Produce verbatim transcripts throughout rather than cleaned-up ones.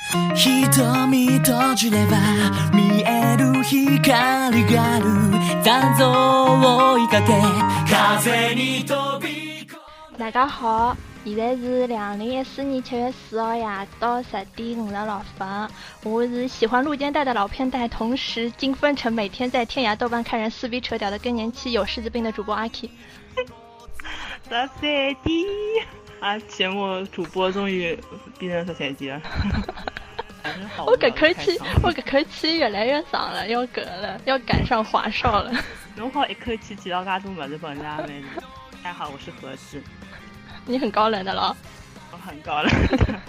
瞳閉じれば見える光がある残像を追いかけ風に飛び込む。 大家好，现在是两零一四年七月四号夜到十点五十六分。我是喜欢录肩带的老片带，同时精分成每天在天涯豆瓣看人撕逼扯屌的更年期有柿子病的主播阿 K。 十三点啊！节目主播终于变成十三点了。 我搿口气，我搿口气越来越长了，要嗝了，要赶上华少了。 侬好一口气记到介多么子，本事也蛮厉害。大家好，我是何志。 你很高冷的了。 我很高冷。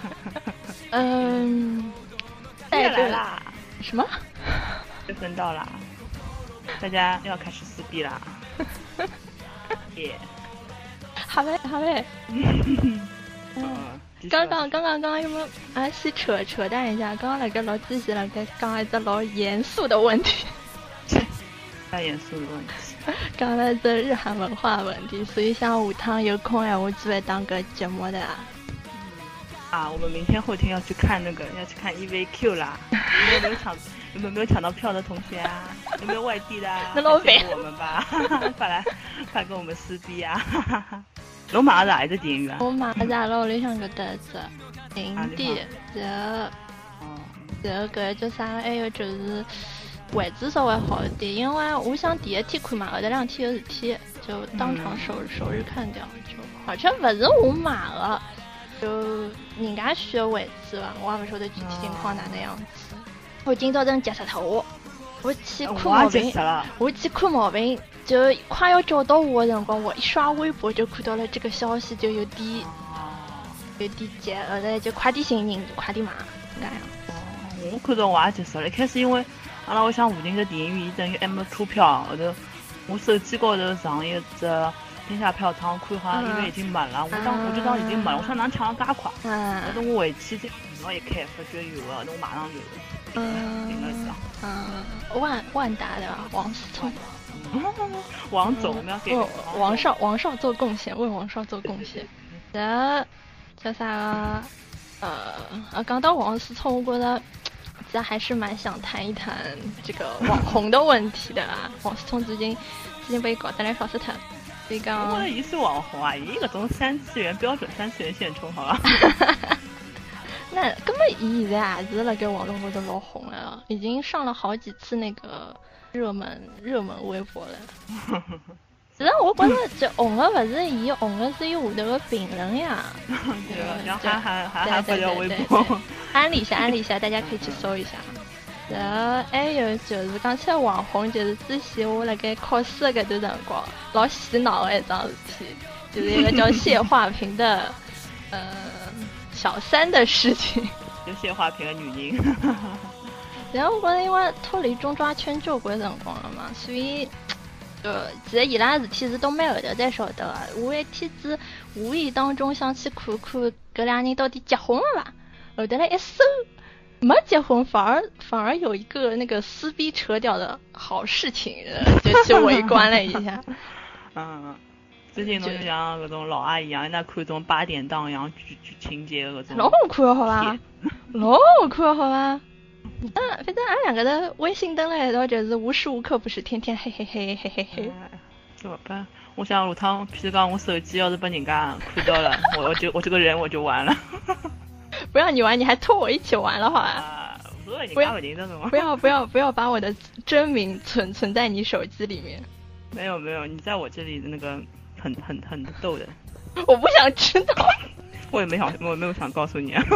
嗯。 再来啦！ 什么？ 月份到啦，大家要开始撕逼啦！耶！ 好嘞，好嘞。嗯。刚刚刚刚刚刚有没有啊？先扯扯淡一下，刚刚那个老继续了，该刚一个老严肃的问题。 太严肃的问题。 刚才这日韩文化问题，所以想下趟有空哎，我就会当个节目的啊。 啊，我们明天后天要去看那个，要去看 E V Q 啦。有没有抢？有没有没有抢到票的同学啊？有没有外地的啊？ 那老板我们吧，快来快跟我们撕逼啊！侬买的是哪一只电影院啊？ 我买的是阿拉屋里向搿搭只零点，然后然后搿叫啥？还有就是位置稍微好一点，因为我想第一天看嘛，后头两天有事体，就当场首首日看掉。就而且勿是我买的，就人家选的位置吧，我也勿晓得具体情况哪能样子。我今朝真急死脱我，我去看毛病，我去看毛病。就快要找到我的辰光，我一刷微博就看到了这个消息，就有点有点急，后来就快点寻人，就快点买，这样。 哦，我看到我也急死了。一开始因为阿拉屋里向附近的电影院，伊等于还没出票，后头我手机高头上一只天下票仓，看好像因为已经满了，我当我就当已经满了，我想哪抢得介快？嗯。后头我回去再电脑一开，发觉有了，那我马上就嗯订了一张。嗯，万万达的王思聪。 王总，我们要给王少王少做贡献，为王少做贡献。这叫啥？呃，啊，刚到王思聪，我觉得其实还是蛮想谈一谈这个网红的问题的啦。王思聪最近最近被搞得来少死脱，所以讲。 我伊是网红啊，伊搿种三次元标准三次元现充，好吧？ 那根本伊现在也是辣盖网络高头老红了，已经上了好几次那个。热门热门微博了，其实我觉得这红的不是伊，红的是伊下头的评论呀。 对，然后还还还还发条微博， 安利一下，安利一下，大家可以去搜一下。然后还有就是刚才网红，就是之前我辣盖考试的搿段辰光，老洗脑的一桩事体，就是一个叫谢华平的，呃，小三的事情。 就谢华平的女人。 然后我觉得因为脱离中抓圈交关辰光了嘛，所以呃，其实伊拉事体是都蛮后头才晓得的。我一天子无意当中想去看看搿两人到底结婚了吧，后头来一搜，没结婚，反而反而有一个那个撕逼扯掉的好事情，就去围观了一下。 嗯，最近侬就像搿种老阿姨一样，那看种八点档一样剧剧情节的搿种。 老好看的好吧？老好看的好吧？嗯，反正俺两个的微信登了一道，就是无时无刻不是天天嘿嘿嘿嘿嘿嘿。 怎么办？我想下趟，譬如讲我手机要是被人家看到了，我就我这个人我就完了。 不要你玩，你还拖我一起玩了，好吧？ 啊，不要不要不要不要不要把我的真名存存在你手机里面。 没有没有，你在我这里的那个很很很逗的。 我不想知道。 我也没想，我没有想告诉你啊。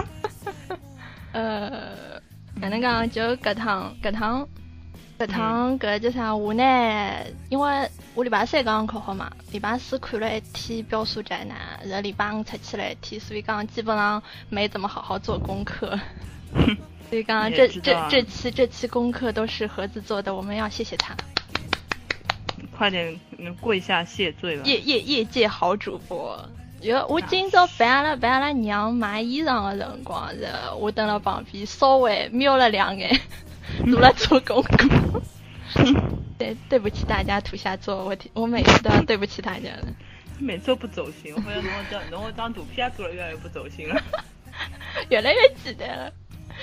呃。哪能讲？就搿趟搿趟搿趟搿叫啥？我呢，因为我礼拜三刚刚考好嘛，礼拜四看了一天标速宅男，然后礼拜五出去了一天，所以讲基本上没怎么好好做功课。所以讲这这这期这期功课都是盒子做的，我们要谢谢他。 快点跪下谢罪吧！ 业业业界好主播。就我今朝陪阿拉陪阿拉娘买衣裳的辰光，我蹲辣旁边稍微瞄了两眼，做了做功课。对，对不起大家，土下座，我我每次都要对不起大家的。 每次都不走心，我发现侬这侬这张图片做了越来越不走心了。 越来越简单了。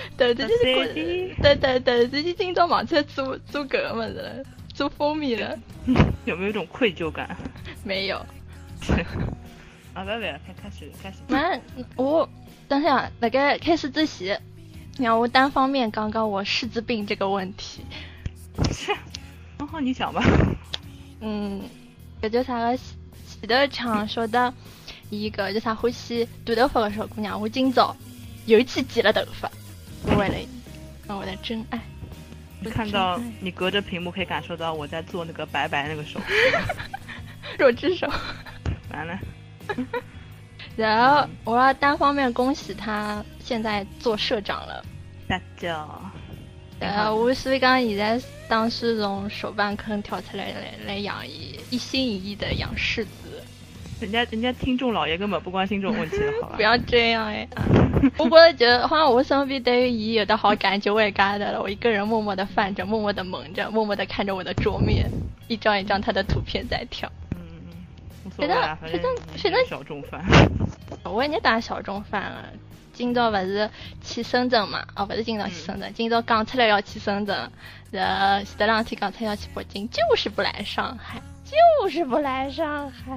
豆子就是觉得，对对对，自己今朝忙出来做做搿个么子了，做蜂蜜了。 有没有一种愧疚感？ 没有。 啊，拜拜，开开始开始。 那我等下那个开始之前，让我单方面讲讲我柿子病这个问题。 然后你讲吧。 嗯，搿叫啥个？前头抢说的一个叫啥欢喜短头发的小姑娘，我今朝又去剪了头发，为了让我的真爱。 你看到你隔着屏幕可以感受到我在做那个白白那个手弱智手。 完了。 然后我要单方面恭喜他现在做社长了。 大叫。 然后我所以讲现在当时从手办坑跳出来来来养一一心一意的养柿子。 人家人家听众老爷根本不关心这种问题了，好吧？ 不要这样哎！我觉得觉得好像我身边对于姨有的好感就我也嘎的了，我一个人默默的泛着，默默的蒙着，默默的看着我的桌面，一张一张他的图片在跳。 嗯，无所谓啊，反正反正小众饭。 我也没打小众饭了。今朝不是去深圳嘛？哦，不是今朝去深圳，嗯、今朝讲出来要去深圳，然后前头两天讲出来要去北京，就是不来上海，就是不来上海。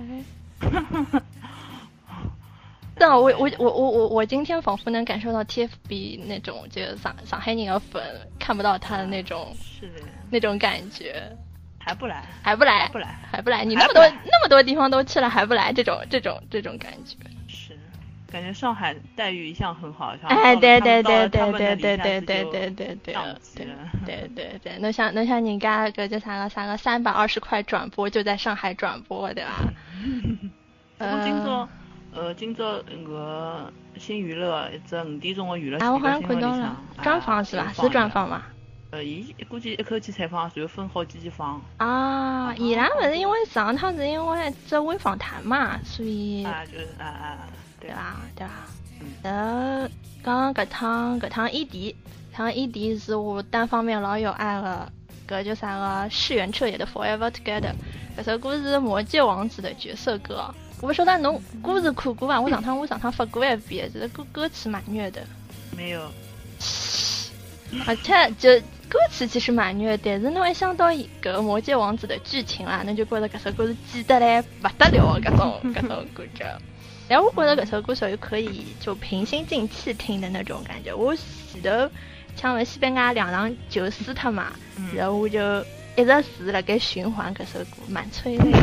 但我我我我我我今天仿佛能感受到 T F B 那种就是上上海人的粉看不到他的那种是的那种感觉， 还不来还不来还不来还不来，你那么多那么多地方都去了还不来，这种这种这种感觉。 是，感觉上海待遇一向很好， 哎对对对对对对对对对对对对对对对，那像那像人家个叫啥个啥个三百二十块转播就在上海转播对吧？ 呃，今朝呃今朝那个新娱乐一只五点钟的娱乐啊，我好像看到了专访是吧？是专访吗？ 呃，伊估计一口气采访，然后分好几期放。 啊，伊拉不是因为上趟是因为做微访谈嘛，所以啊，就是啊啊， 对吧？对吧？呃，刚搿趟搿趟异地，趟异地是我单方面老有爱的，搿叫啥个世园彻也的 Forever Together， 搿首歌是魔界王子的角色歌。我不晓得侬歌是看过伐？我上趟我上趟发过一遍，这个歌歌词蛮虐的。 没有。 而且就歌词其实蛮虐，但是侬一想到搿个魔界王子的剧情啦，侬就觉得搿首歌是记得来不得了搿种搿种感觉。然后我觉得搿首歌属于可以就平心静气听的那种感觉。我前头抢了西班牙两场球输脱嘛，嗯、然后我就一直是辣盖循环搿首歌，蛮催泪。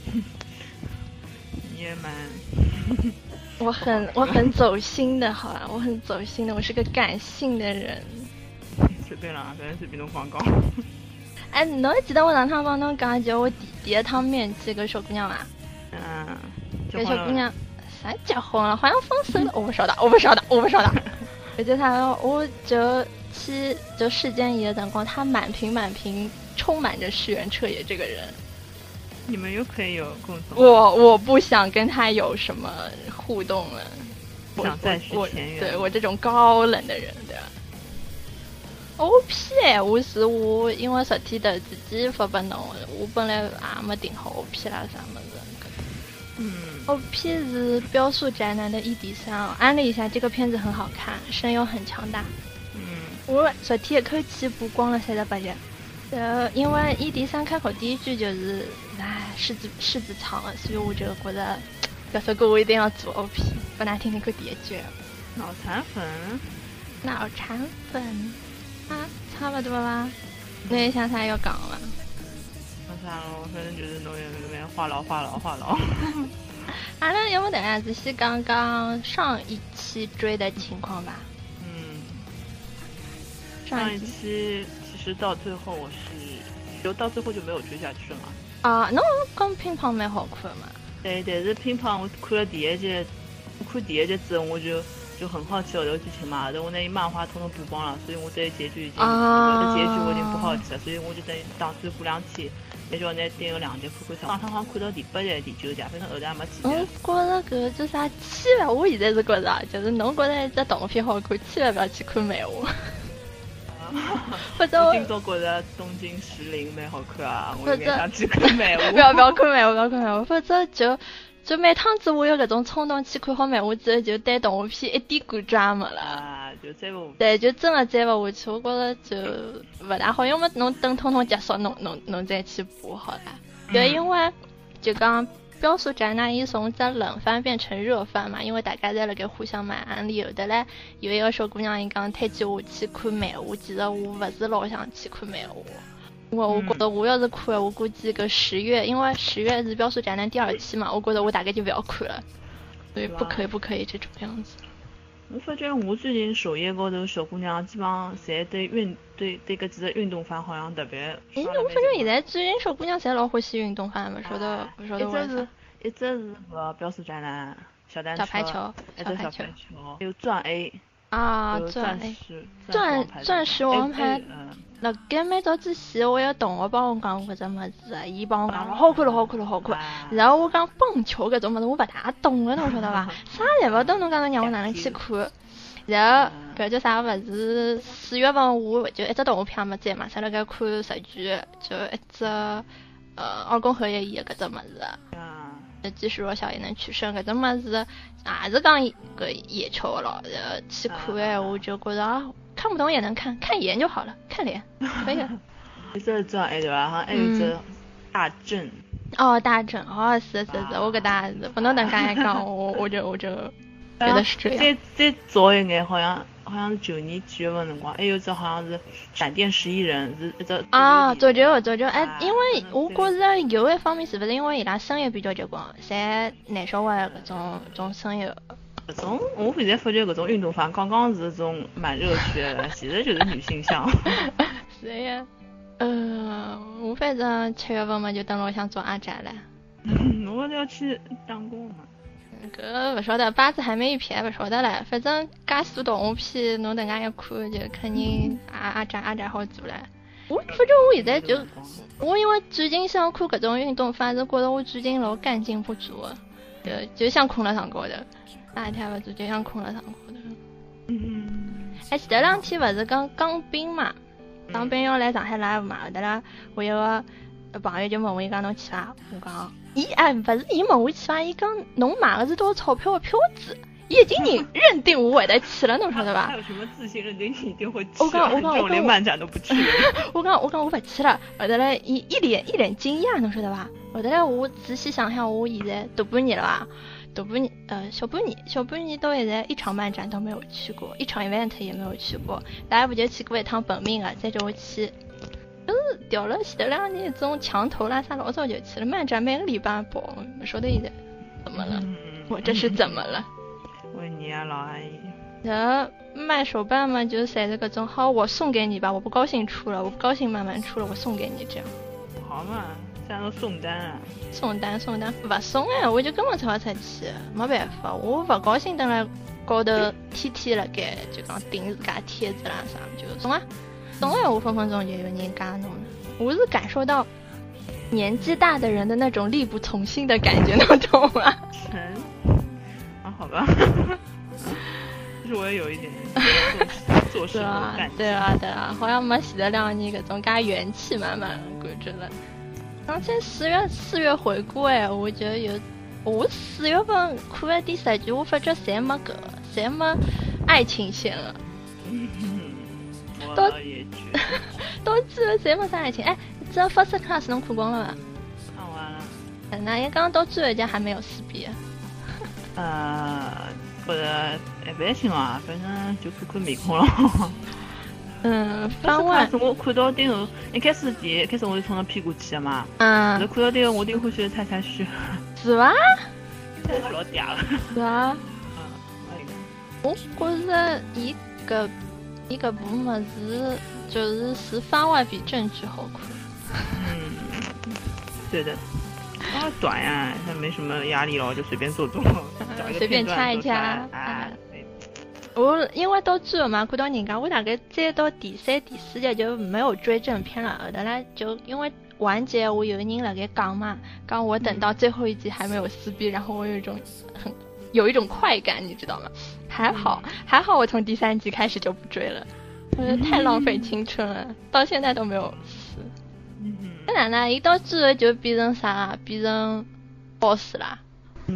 你也蛮， 我很我很走心的，好吧，我很走心的，我是个感性的人。 随便啦，反正随便侬广告。 哎，侬还记得我上趟帮侬讲就我弟弟一趟面去个小姑娘伐？ 嗯， 搿小姑娘啥结婚了？好像分手了，我不晓得，我不晓得，我不晓得。而且她，我就去就世间仪的辰光，她满屏满屏充满着世园彻也这个人。 你们又可以有共同。 我我不想跟他有什么互动了， 不想再续前缘。 对我这种高冷的人，对吧 ？O P 哎，我是我，因为昨天头自己发拨侬，我本来也没定好 O P 啦啥么子。 嗯 ，O P 是标速宅男的一底三，安利一下，这个片子很好看，声优很强大。 嗯， 我昨天一口气补光了三十八集。呃，因为一第三开口第一句就是，唉，柿子柿子唱了，所以我就觉得这首歌我一定要做 O P， 不然听听看第一句。 脑残粉， 脑残粉啊，差不多吧。侬有想啥要讲吗？ 没啥咯，反正就是侬有那边话痨话痨话痨。 阿拉要不等下仔细讲讲上一期追的情况吧。 嗯， 上一期。其实到最后我是，就到最后就没有追下去了嘛。 啊，侬讲乒乓蛮好看嘛？ 对，但是乒乓我看了第一集，我看第一集之后我就就很好奇后头剧情嘛，然后我那漫画统统补光了，所以我对结局已经， 啊， 结局我已经不好奇了，所以我就等于打算过两天，那叫那订个两集看看啥。上趟好像看到第八集、第九集，反正后头也没记得。 我觉着搿叫啥千万，我现在是觉着，就是侬觉着一只动画片好看，千万不要去看漫画。或者我今朝觉得东京石林蛮好看啊，我应该想去看漫画。 不要不要看漫画，不要看漫画，否则就就每趟子我有搿种冲动去看好漫画之后，就对动画片一点感觉也没了。 啊，就再勿。 对，就真的追勿下去，我觉着就勿大好。因为侬等通通结束，侬侬侬再去补好了。就因为就讲标速宅男伊从只冷番变成热番嘛，因为大家侪辣盖互相买安利。后头来有一个小姑娘伊讲推荐我去看漫画，其实我勿是老想去看漫画。因为我觉得我要是看的，我估计个十月，因为十月是标速宅男第二期嘛，我觉得我大概就不要看了，所以不可以不可以这种样子。 我发觉我最近首页高头小姑娘基本上侪对运对对搿几个运动番好像特别。 哎，我发觉现在最近小姑娘侪老欢喜运动番，勿晓得勿晓得为啥。 一只是一只是个标速宅男小单车， 小排球， 一只小排球，还有钻 A 啊， 钻 A， 钻钻石王牌。辣盖蛮早之前，我有同学帮我讲过搿只物事，伊帮我讲了好看了，好看了，好看。然后我讲棒球搿种物事我勿大懂个，侬晓得伐？啥也勿懂，侬讲侬让我哪能去看？然后搿叫啥物事？四月份我就一只动画片没追嘛，才辣盖看日剧，就一只呃二宫和也演搿只物事。即使弱小也能取胜，搿种物事也是讲搿野球个咯。然后去看闲话就觉着啊。看不懂也能看，看颜就好了，看脸可以了。 一只钻 A 对伐？好像还有一只大正。 哦，大正，哦，是是是，我搿搭是，不侬能介一讲，我我就我就觉得是这样。 再再早一眼，好像好像是九年几月份辰光，还有一只好像是闪电十一人，是一只。 啊，足球足球，哎，因为我觉着有一方面是不是因为伊拉声音比较结棍，侪男小孩搿种种声音。 搿种我现在发觉搿种运动番刚刚是种蛮热血的，其实就是女性向。 是呀，呃，我反正七月份嘛就等了，我想做阿宅了。 嗯，我要去打工嘛。 搿勿晓得，八字还没一撇，勿晓得唻。反正介许多动画片，侬等下一看就肯定阿阿宅阿宅好做唻。我反正我现在就，我因为最近想看搿种运动番，是觉得我最近老干劲不足，就就想困辣床高头。哪一天勿做就想困辣床高头。 嗯。 哎，前头两天勿是讲当兵嘛，当兵要来上海 live 嘛，后头啦，我有个朋友就问我伊讲侬去伐？我讲，伊哎勿是伊问我去伐？伊讲侬买的是多少钞票的票子？伊已经认认定我会得去了，侬晓得伐？ 他有什么自信认定你一定会去？ 我讲我讲我连漫展都不去。 我讲我讲我勿去了，后头嘞伊一脸一脸惊讶，侬晓得伐？后头嘞我仔细想想，我现在大半年了伐？大半年，呃，小半年，小半年到现在一场漫展都没有去过，一场 event 也没有去过，大家不就去过一趟本命啊？再叫我去，就是调了前头两年这种墙头啦啥老早就去了，漫展每个礼拜跑，我说的现在怎么了？我这是怎么了？ 为你啊，老阿姨。 然后卖手办嘛，就写这个种好，我送给你吧，我不高兴出了，我不高兴慢慢出了，我送给你这样。 好嘛。像都送单啊， 送单送单不送哎，我就根本凑勿出去，没办法，我勿高兴，等辣高头天天辣盖就讲顶自家帖子啦啥，就送啊，送哎，我分分钟就有人加侬了。我是感受到年纪大的人的那种力不从心的感觉，侬懂吗？ 成啊，好吧，其实我也有一点做事的感觉。 对啊对啊，好像没前头两年搿种介元气满满的感觉了。而且四月四月回顾哎，我觉得有我四月份看了第十集，我发觉侪没个，侪没爱情线了。 嗯， 都也觉得都记得侪没啥爱情。哎，这 First Class 侬看光了伐？ 看完了。 嗯，那也刚刚到最后一集还没有撕逼。 呃，觉得一般性啊，反正就看看面孔了。 嗯，番外是我看到顶后，一开始第一开始我就冲着屁股去的嘛。 嗯。 然后看到顶后，我顶欢喜蔡蔡旭。 是伐？ 蔡旭老嗲了。 是啊。 嗯。 我觉着伊搿伊搿部物事就是是番外比正剧好看。 嗯，对的。啊，短呀，它没什么压力了，就随便做做， 随便掐一掐。 啊。 我因为到最后嘛，看到人家，我大概追到第三、第四集就没有追正片了。后头来就因为完结，我有人辣盖讲嘛，讲我等到最后一集还没有撕逼，然后我有一种很有一种快感，你知道吗？还好还好，我从第三集开始就不追了，我觉得太浪费青春了，到现在都没有撕。当然啦，一到最后就变成啥，变成 boss 啦。 嗯，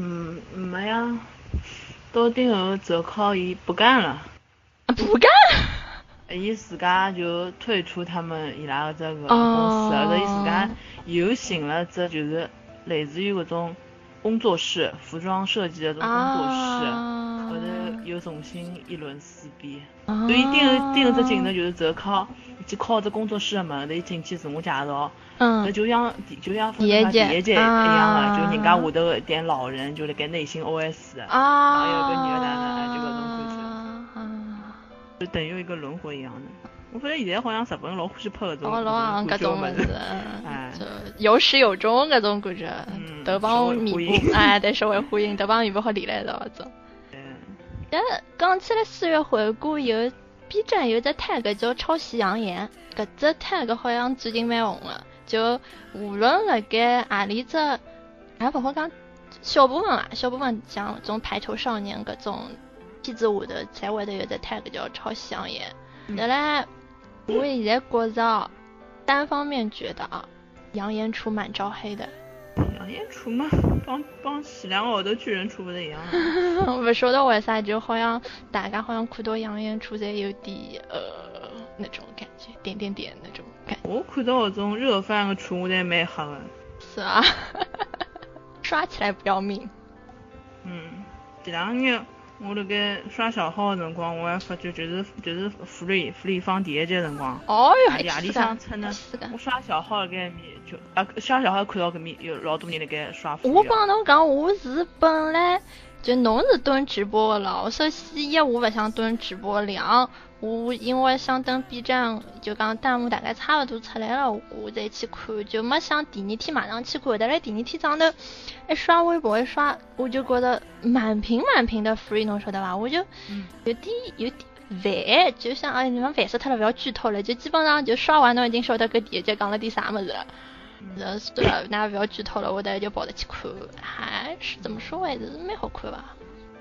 没呀，到顶后泽靠伊不干了。 不干？ 伊自家就退出他们伊拉个这个公司，而且伊自家又寻了这就是类似于搿种工作室，服装设计的这种工作室，后头又重新一轮撕逼。所以顶后顶后只镜头就是泽靠，去敲只工作室的门，后头伊进去自我介绍。嗯，就像就像第一节一样的，就人家下头一点老人就辣盖内心 O S 啊，然后有个女的男的，就搿种感觉，就等于一个轮回一样的。我发现现在好像日本老欢喜拍搿种， 哦，老啊搿种物事， 哎， 就有始有终搿种感觉，都帮弥补，哎，对，社会呼应，都帮弥补好连来了搿种。嗯，但讲起来四月回顾有 B 站有只 tag 叫抄袭谣言，搿只 tag 好像最近蛮红了。就无论辣盖何里只，也勿好讲小部分啊，小部分像种排球少年搿种片子下头，才会得有只 tag 叫抄袭谣言。但来，我现在觉着单方面觉得啊，杨言出蛮招黑的。 杨言出嘛，帮帮前两个号头巨人出不得一样。 我不晓得为啥，就好像大家好像看到杨言出才有点呃那种感觉，点点点那种。 我看到搿种热番的出，我侪蛮黑的。 是啊，刷起来不要命。 嗯，前两日我辣盖刷小号的辰光，我还发觉就是就是福利福利放第一集的辰光。 哦哟， 夜里向趁呢，我刷小号辣盖面就啊刷小号看到搿面有老多人辣盖刷福利。 我帮侬讲，我是本来就侬是蹲直播的了，首先一我勿想蹲直播，两我因为想等 B 站就讲弹幕大概差不多出来了，我再去看，就没想第二天马上去看。但来第二天早头一刷微博一刷，我就觉得满屏满屏的 free， 侬晓得伐？我就有点有点烦，就想哎你们烦死脱了，不要剧透了，就基本上就刷完侬已经晓得搿第一集讲了点啥物事了。呃，对了，那不要剧透了，我等下就跑得去看，还是怎么说还是蛮好看吧。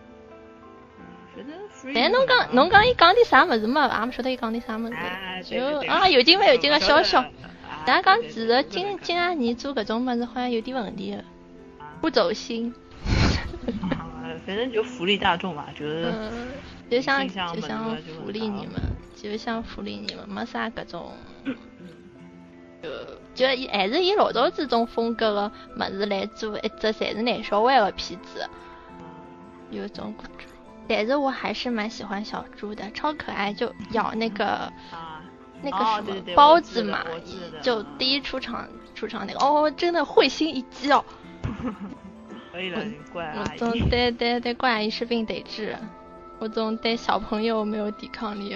但侬讲侬讲伊讲点啥物事嘛，也勿晓得伊讲点啥物事，就啊有劲没有劲个笑笑。但讲其实今今阿年做搿种物事好像有点问题的，不走心。 反正就福利大众吧，就是。 嗯，就像就像福利你们，就像福利你们，没啥搿种。就就伊还是以老早子种风格的物事来做一只侪是男小孩的片子，有种感觉。但是我还是蛮喜欢小猪的，超可爱，就咬那个、啊、那个什么包子嘛， 哦、 就第一出场出场那个，哦，真的会心一击哦。 可以了，怪阿姨。 我总对对对怪阿姨是病得治，我总对小朋友没有抵抗力。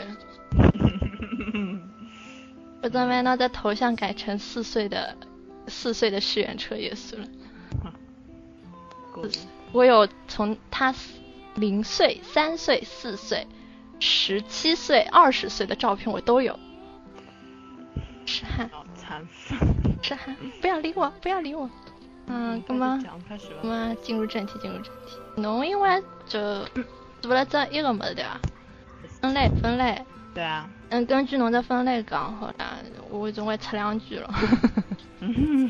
我准备拿这头像改成四岁的四岁的试验车也算了。我有从他零岁、三岁、四岁、十七岁、二十岁的照片我都有。痴汉，痴汉，不要理我，不要理我。嗯，那么，那么进入正题，进入正题。侬因为就做了这一个么子对吧？分类，分类。 对啊。 嗯，根据侬的分类讲好啦，我总会出两句了。 嗯，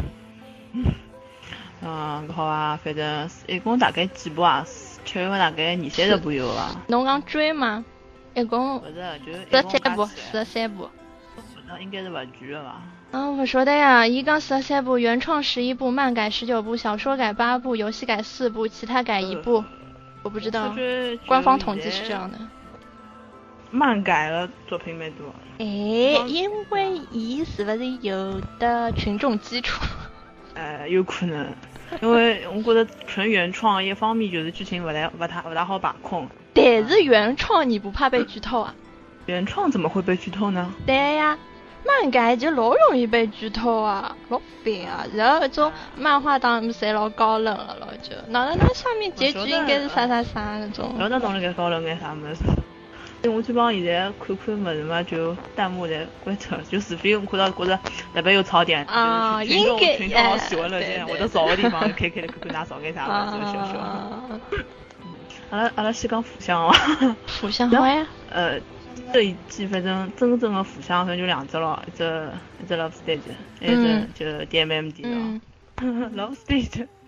嗯，好啊，反正一共大概几部啊？七月份大概二三十部有啊。 侬讲追吗？一共不是，就十三部，十三部。 那应该是不全的吧？ 嗯，我说的呀，一杠十三部，原创十一部，漫改十九部，小说改八部，游戏改四部，其他改一部。呃、我不知道，官方统计是这样的。 漫改的作品蛮多。 哎，因为伊是不是有的群众基础？ 呃，有可能，因为我觉得纯原创一方面就是剧情不太不太不大好把控。 但是原创你不怕被剧透啊？ 原创怎么会被剧透呢？ 对呀，漫改就老容易被剧透啊，老烦啊！然后那种漫画党侪老高冷了了，就哪能那下面结局应该是啥啥啥那种。 不要那懂了该高冷该啥么子。我基本上现在看看么子嘛，就弹幕在关着，就除非我看到觉得特别有槽点， 啊， 就是群众群众好喜欢了些，或者少个地方开开的看看哪少干啥么子笑笑。阿拉阿拉先讲腐香啊， 腐香好呀。 呃，这一季反正真正的腐香反正就两只了，一只一只 Love Stage， 一只就 D M M D 了。Love Stage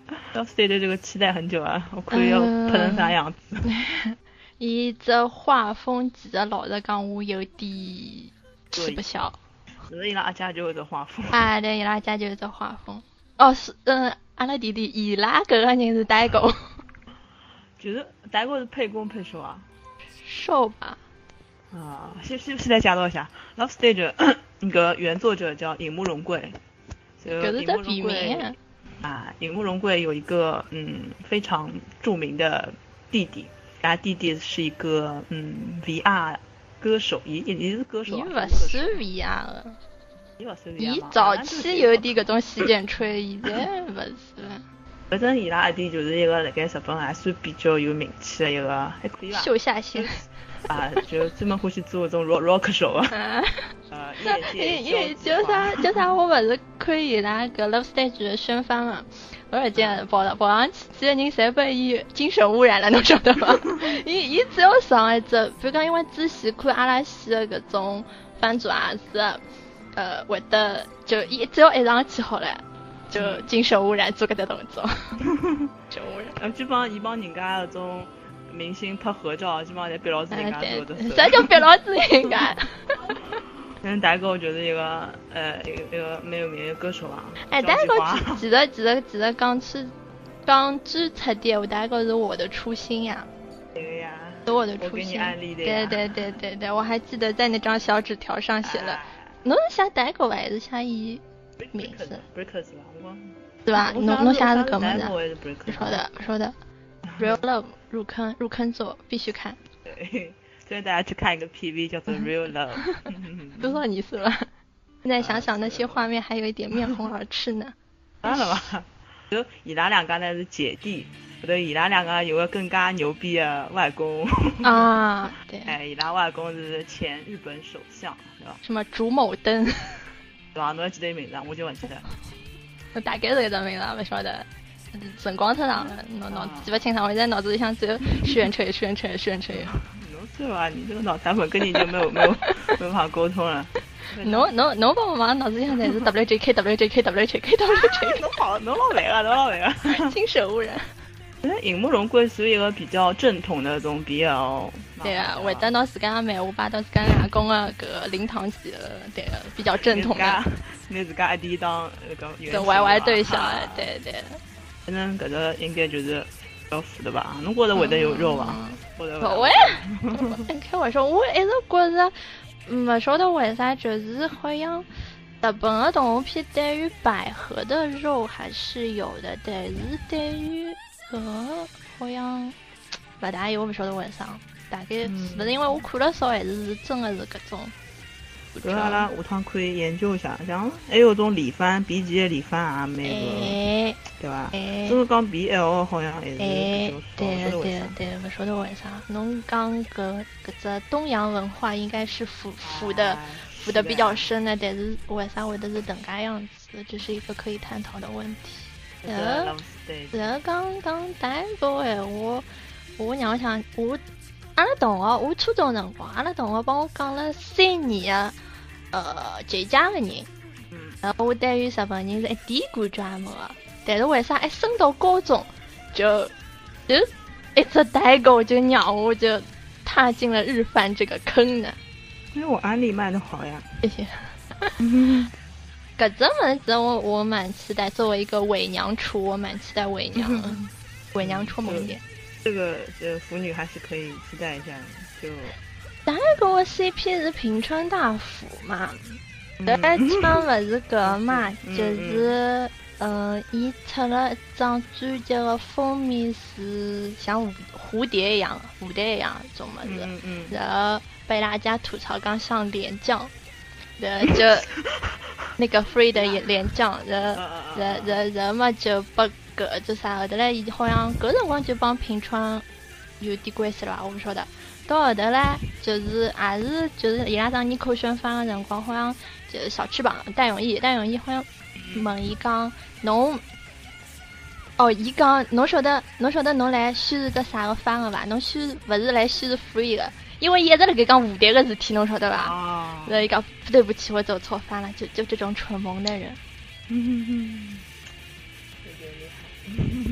Love Stage 对这个期待很久啊，我看要拍成啥样子。 伊这画风其实老实讲，我有点吃不消。 是伊拉阿姐就有这画风。 啊，对，伊拉阿姐就有这画风。哦，是，嗯，阿拉弟弟伊拉搿个人是代购。 就是代购是配攻配受啊？ 受吧。 啊，先先先来介绍一下 Love Stage 那个原作者叫影木荣贵。 搿是只笔名。 啊，影木荣贵有一个嗯非常著名的弟弟，他弟弟是一个嗯 V R 歌手，伊伊是歌手。伊勿是 V R 的。 伊勿是 V R 伊早期有点搿种洗剪吹，现在勿是了。 反正伊拉阿弟就是一个辣盖日本还算比较有名气的一个，还可以吧？ 秀下限。 啊，就专门欢喜做这种 rock rock 手啊。呃， 业界就啥就啥，我不是看伊拉个 Love Stage 的宣发嘛，我而且跑到跑上去几个人侪被伊精神污染了，侬晓得伐？伊伊只要上一只，比如讲因为之前看阿拉西的搿种番主也是，呃，会得就伊只要一上去好了。就精神污染做搿只动作，精神污染。 基本上伊帮人家搿种明星拍合照，基本上侪逼牢子人家做的。 啥叫逼牢子人家？ 嗯，代购就是一个呃一个一个蛮有名的歌手啊。 哎，代购其实其实其实刚出刚知出的，我代购是我的初心呀。 对个呀。 是我的初心。 我给你安利的。 对对对对对，我还记得在那张小纸条上写了，侬是写代购还是写伊？名字 Breakers 吧，我是吧？侬侬写是搿么子？ 不说的说的 ，Real Love 入坑入坑作必须看。 对，推荐大家去看一个 P V 叫做 Real Love。 多少你是吧？现在想想那些画面，还有一点面红耳赤呢。 当然了吧，就伊拉两个呢是姐弟，后头伊拉两个有个更加牛逼的外公。 啊，对。 哎，伊拉外公是前日本首相，对吧？ 什么竹某登？ 对吧？侬还记得名字？我就勿记得。 我大概是搿只名字，勿晓得。辰光太长了，脑脑子记不清爽。我现在脑子里想只有宣传宣传宣传。 侬是吧？你这个脑残粉跟你就没有没有没有办法沟通了。 侬侬侬帮我忙，脑子里向侪是 W J K W J K W J K W J K。 侬好，侬老烦啊，侬老烦啊。 精神污染。 那影木荣贵是一个比较正统的这种 B L。 对啊，会得拿自家漫画摆到自家外公的搿个灵堂去了，对个，比较正统的。拿自家阿弟当那个原型。歪歪对象，对对。 反正搿个应该就是要腐的吧？侬觉得会得有肉伐？ 我也，开玩笑，我一直觉着，勿晓得为啥，就是好像日本的动画片对于百合的肉还是有的，但是对于搿个好像勿大有，我勿晓得为啥。大概是不是因为我看了少，还是真的是搿种？ 搿阿拉下趟可以研究一下，像还有种里番 B 级的里番也蛮个，对伐？就是讲 B L 好像还是比较少。 对对对，勿晓得为啥。侬讲搿搿只东洋文化应该是腐腐的腐的比较深的，但是为啥会得是等介样子？这是一个可以探讨的问题。呃，呃，刚刚代购闲话，我让想我。阿拉同学，我初中辰光，阿拉同学帮我讲了三年的，呃，节假个人，然后我对于日本人是一点感觉也没的，但是为啥一升到高中，就就一只代购就让我就踏进了日番这个坑呢？ 因为我安利卖的好呀。 谢谢。搿只物事我我蛮期待，作为一个伪娘厨，我蛮期待伪娘，伪娘出萌点。 这个呃，腐女还是可以期待一下的，就。 第一个 C P 是平川大辅嘛，第二场不是个嘛，就是呃，伊出了一张专辑的封面是像蝴蝴蝶一样、蝴蝶一样这种么子， 嗯嗯、 然后被大家吐槽刚像脸酱，然后就那个 Free 的脸酱，然后然后然后然后嘛就把搿就啥后头嘞，伊好像搿辰光就帮平川有点关系了吧，我不晓得。到后头嘞，就是也是就是伊拉当年口宣发的辰光，好像就是小翅膀戴永义，戴永义好像问伊讲侬，哦，伊讲侬晓得侬晓得侬来宣传只啥个番个伐？侬宣勿是来宣传 Free 个，因为伊一直辣盖讲蝴蝶个事体，侬晓得伐？然后伊讲对不起，我走错番了，就就这种蠢萌的人。 嗯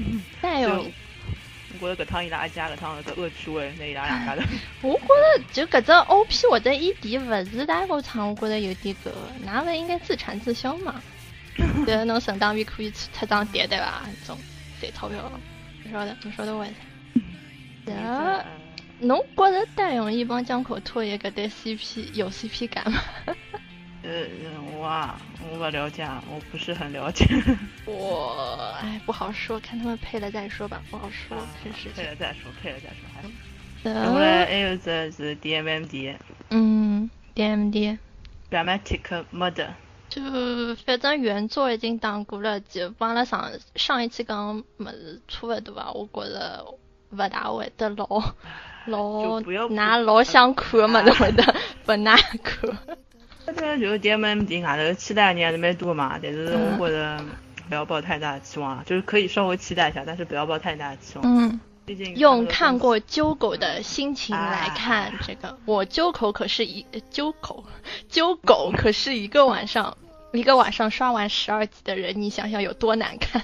带有。 我觉着搿趟伊拉一家搿趟搿只恶趣味，拿伊拉两家头。 我觉着就搿只 O P 或者 E D 勿是大歌唱，我觉着有点搿，哪勿应该自产自销嘛？就是侬顺当便可以出张碟对伐？这种赚钞票，你说的，你说的为啥？呀，侬觉着戴永义帮江口拓也搿对 C P 有 C P 感吗？ 呃，我啊，我不了解，我不是很了解。 我哎，不好说，看他们配了再说吧，不好说，这事情。 配了再说，配了再说，还。 然后来还有只是 D M M D。 嗯 ，D M D。Dramatic Murder。 就反正原作已经打过了，就帮了上上一期讲么子差不多吧，我觉着勿大会得老老拿老想看的么子会得不难看。 这个就 D M M D 外头期待的人还是蛮多嘛，但是我觉得不要抱太大的期望，就是可以稍微期待一下，但是不要抱太大的期望。 嗯， 毕竟用看过揪狗的心情来看这个，啊、我揪狗可是一揪狗揪狗可是一个晚上一个晚上刷完十二集的人，你想想有多难看。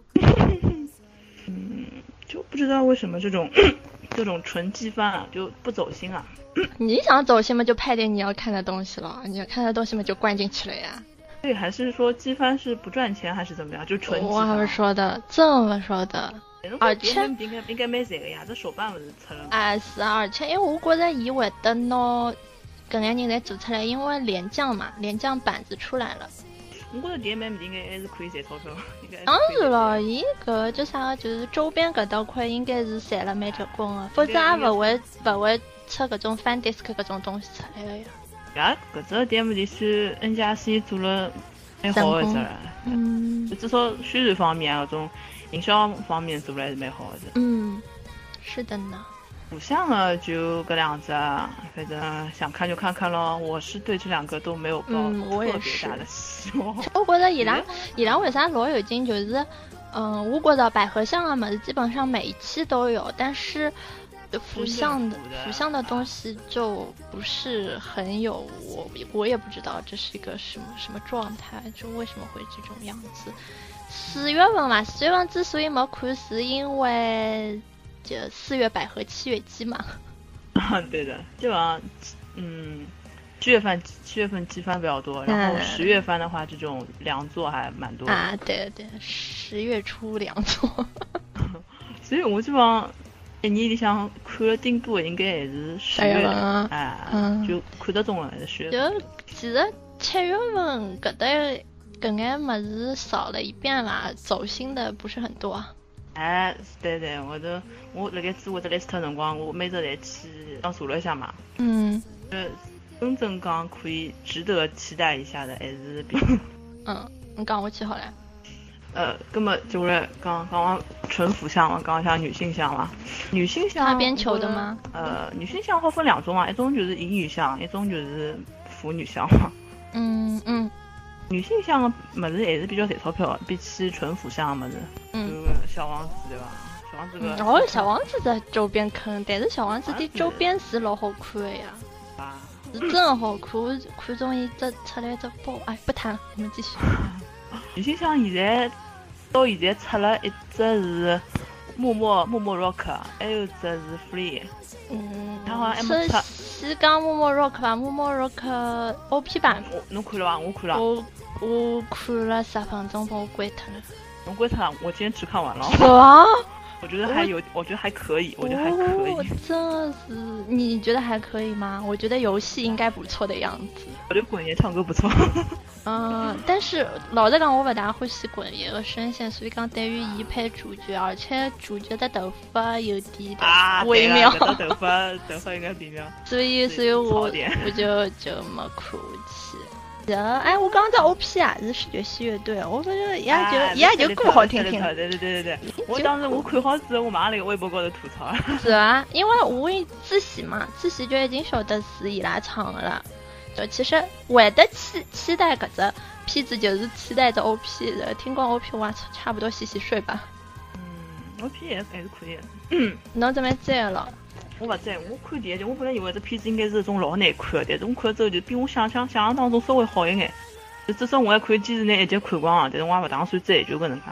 嗯，就不知道为什么这种这种纯机翻啊就不走心啊。 你想走心嘛，就拍点你要看的东西了，你要看的东西嘛就灌进去了呀。 对，还是说机翻是不赚钱还是怎么样？就纯机翻。 我还说的，这么说的。而且应该应该蛮赚个呀，这手办不是出了。 啊是啊，而且因为我觉着伊会得拿搿眼人侪做出来，因为连降嘛，连降板子出来了。 我觉着 D M M 应该还是可以赚钞票，应该。 当然了，伊搿叫啥个，就是周边搿搭块应该是赚了蛮结棍个，否则也勿会勿会出搿种 fan disc 搿种东西出来个呀。 呀，搿只 D M D 是 N 加 C 做了蛮好个只了， 嗯， 至少宣传方面搿种营销方面做了还是蛮好的。 嗯，是的呢。 偶像呢就搿两只，反正想看就看看咯。我是对这两个都没有抱特别大的希望。 我觉得伊拉伊拉为啥老有劲，就是，嗯，我觉得百合像的么子基本上每一期都有，但是腐向的腐向的东西就不是很有，我我也不知道这是一个什么什么状态，就为什么会这种样子。四月份嘛，四月份之所以没看，是因为。就四月百合，七月姬嘛。 啊，对的，基本上，嗯，七月份七月份季番比较多，然后十月份的话，这种良作还蛮多的。 啊，对对，十月初良作。 所以我基本上一年里向看了顶多应该还是十月，哎，嗯、就看得中的还是十月。 就其实七月份搿搭搿眼物事少了一遍啦，走心的不是很多。 哎，对对，我都我辣盖做我的 list 辰光，我每只侪去刚查了一下嘛。 嗯。 呃，真正讲可以值得期待一下的，还是比。 嗯，你讲我记好了。 呃，根本就是刚刚刚纯腐向嘛，刚像女性向嘛。女性向。擦边球的吗？ 呃，女性向好分两种嘛，一种就是乙女向，一种就是腐女向嘛。 嗯嗯。 女性向的么子还是比较赚钞票，比起纯腐向的么子， 嗯， 小王子对吧？小王子个， 哦，小王子在周边坑，但是小王子的周边是老好看的呀， 啊， 是真好看，我看中伊只出来只包，哎，不谈了，我们继续。 女性向现在到现在出了一只是默默默默 rock， 还有一只是 free， 嗯， 他好像还没出。 是讲默默 rock 吧？默默 rock O P 版， 侬看了吧？我看了。 我我看了十分钟，把我关脱了。 侬关脱了？我今天只看完了。 是啊？ 我觉得还有，我觉得还可以，我觉得还可以。 哦、真是，你觉得还可以吗？我觉得游戏应该不错的样子。 我觉得滚爷唱歌不错。 嗯，但是老实讲，我不大欢喜滚爷的声线，所以讲对于伊配主角，而且主角的头发有点微妙。 啊，头发头发有点微妙。 所以，所以我我就就没看起。然哎，我刚刚在 O P 啊，是视觉系乐队，我觉得也就也就歌好听听。 对对对对对，我当时我看好之后，我马上那个微博高头吐槽。 是啊，因为我自习嘛，自习就已经晓得是伊拉唱的了。就其实会得期期待搿只片子，就是期待着 O P 的。听光 O P 哇，差不多洗洗睡吧。 嗯 ，O P 也还是可以的。嗯， 侬怎么追了？ 我勿追，我看第一集，我本来以为这片子应该是一种老难看的，但是我看了之后就比我想象想象当中稍微好一眼。就至少我还可以坚持拿一集看光啊，但是我也勿打算追，就搿能介。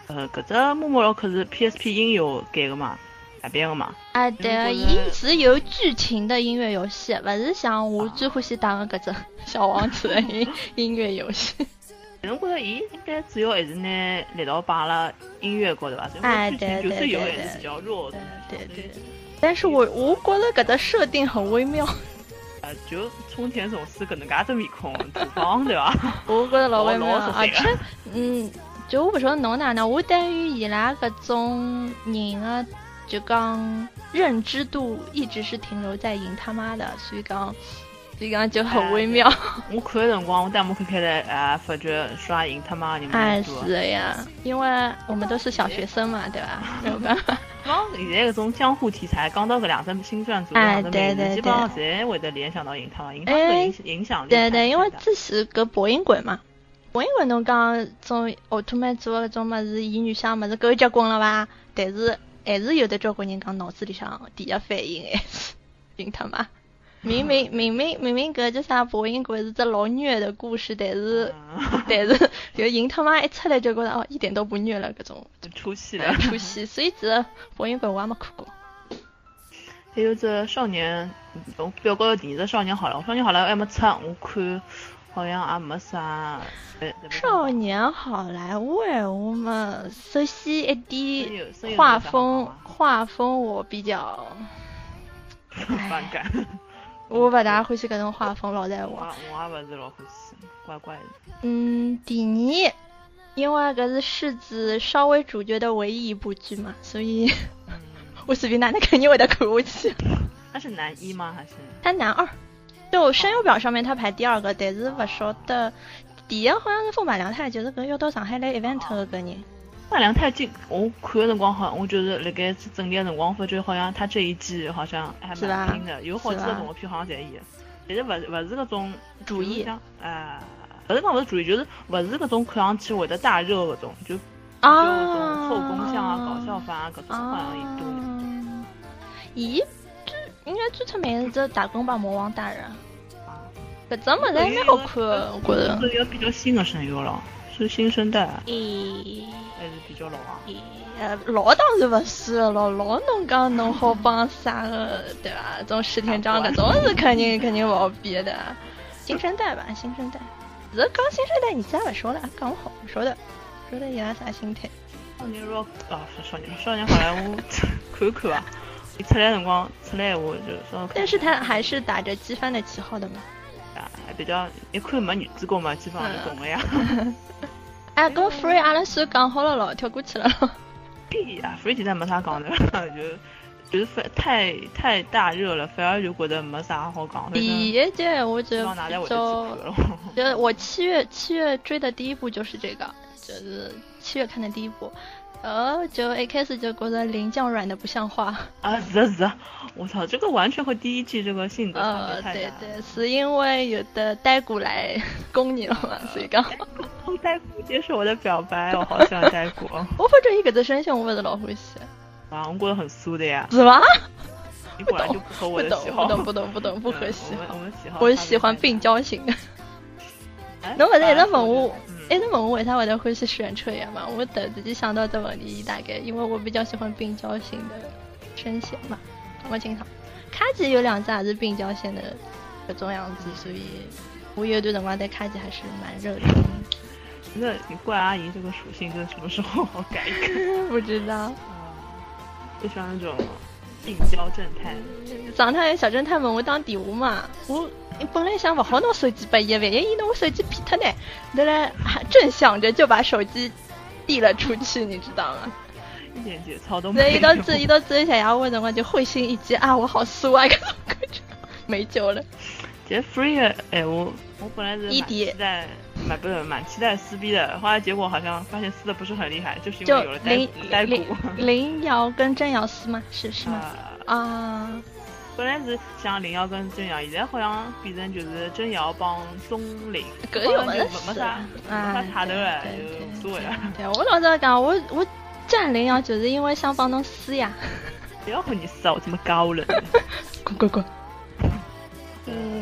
呃，搿只木木洛克是 P S P 音游改个嘛，改编个嘛。 啊，对，伊是有剧情的音乐游戏，勿是像我最欢喜打个搿只小王子的音音乐游戏。 但是我觉着伊应该主要还是拿力道摆了音乐高头吧， 哎， 因为剧情就是有还是比较弱的。 对对对。但是我我觉得搿只设定很微妙。 呃，就冲田总司搿能介只面孔，土方对伐？ 我觉得老微妙，而且嗯。就我不晓得侬哪能，我对于伊拉搿种人的就讲认知度一直是停留在赢他妈的，所以讲所以讲就很微妙。 我看的辰光，我弹幕开开来啊，发觉刷赢他妈的人哎，是的呀，因为我们都是小学生嘛，对吧？没有办法。 讲现在搿种江户题材，讲到搿两只新撰组两只名字，基本上侪会得联想到赢他妈，赢他妈影影响力。 对对，因为这是个博音馆嘛。博音馆侬讲种奥特曼做搿种物事，以女向物事够结棍了伐？但是还是有的交关人讲脑子里向第一反应还是赢他妈。明明明明明明搿叫啥博音馆是只老虐的故事，但是但是就赢他妈一出来就觉得哦一点都不虐了搿种出戏了出戏，所以这博音馆我也没看过。 还有这少年，我表高头第二只少年好了，少年好了还没出，我看。好像也没啥。 少年好莱坞哎，我们首先一点画风，画风我比较反感。 我不大欢喜搿种画风，老在我。 我也勿是老欢喜，怪怪的。 嗯，第二，因为搿是世子稍微主角的唯一一部剧嘛，所以我随便哪能肯定会得看下去。 他是男一吗？还是？ 他男二。就声优表上面他排第二个，但是不晓得第一好像是风马良太，就是搿要到上海来 event 的搿人。 风马良太进我看的辰光好，我就是辣盖整理的辰光发觉好像他这一季好像还蛮拼的，有好几个动画片好像侪伊，但是勿勿是搿种主义， 哎，勿是讲勿是主义，就是勿是搿种看上去会得大热搿种，就啊， 就搿种后宫向啊、搞笑番啊搿种好像一多。 咦？应该最出名是这打工吧魔王大人，搿只物事还蛮好看，我觉得。 这个比较新的声优了，是新生代。 咦， 还是比较老啊？ 咦，呃，老当然勿是了，老侬讲侬好帮啥个，对伐？种石田章搿种是肯定肯定勿好比的。新生代吧，新生代。是讲新生代，你再勿说了，讲好，说的，说的伊拉啥心态？ 少年若啊，少年少年好莱坞看看吧。一出来辰光出来我就说， 但是他还是打着机翻的旗号的嘛。 啊，还比较一看没女主角嘛，基本上就懂了呀。 哎，跟 Free 阿拉算讲好了咯，跳过去了咯。 屁啊 ，Free 其实没啥讲的，就就是太太大热了，反而就觉得没啥好讲。 第一季我觉得就就我七月七月追的第一部就是这个，就是七月看的第一部。呃，就一开始就觉得林酱软的不像话啊！是是，我操，这个完全和第一季这个性格差别太大。 呃，对对，是因为有的呆谷来攻你了嘛，所以讲。 呆谷接受我的表白，我好喜欢呆谷。 我反正一个字声线我不是老欢喜。 啊，我觉得很酥的呀。 是吗？ 你果然就不合我的喜好。 不懂不懂不懂不合喜好。 我们喜好。 我是喜欢病娇型的。侬勿是一直问我？一直问我为啥会得欢喜选车呀嘛？我突然间想到这问题，大概因为我比较喜欢病娇型的声线嘛。我经常，卡吉有两只也是病娇线的这种样子，所以我有段辰光对卡吉还是蛮热的。 那你怪阿姨这个属性，真的什么时候好改一改？ 不知道。 就喜欢那种病娇侦探。 上趟小侦探问我打电话嘛，我。本来想不好拿手机拨伊，万一伊拿我手机劈脱呢？后来正想着就把手机递了出去，你知道吗？ 一点节操都没有。 所以一到这一到这小丫我辰光就会心一击啊，我好输啊，搿种感觉没救了。 这 Free 哎，我我本来是蛮期待，蛮不是蛮期待撕逼的，后来结果好像发现撕的不是很厉害，就是因为有了呆呆谷。 林瑶跟真瑶撕吗？是是吗？啊。啊本来是想林瑶跟真瑶，现在好像变成就是真瑶帮钟灵， 搿有没没啥没啥差头了，就无所谓了。 对，我老早讲，我我站林瑶就是因为想帮侬撕呀。 不要和你撕，我这么高冷。 滚滚滚。 嗯，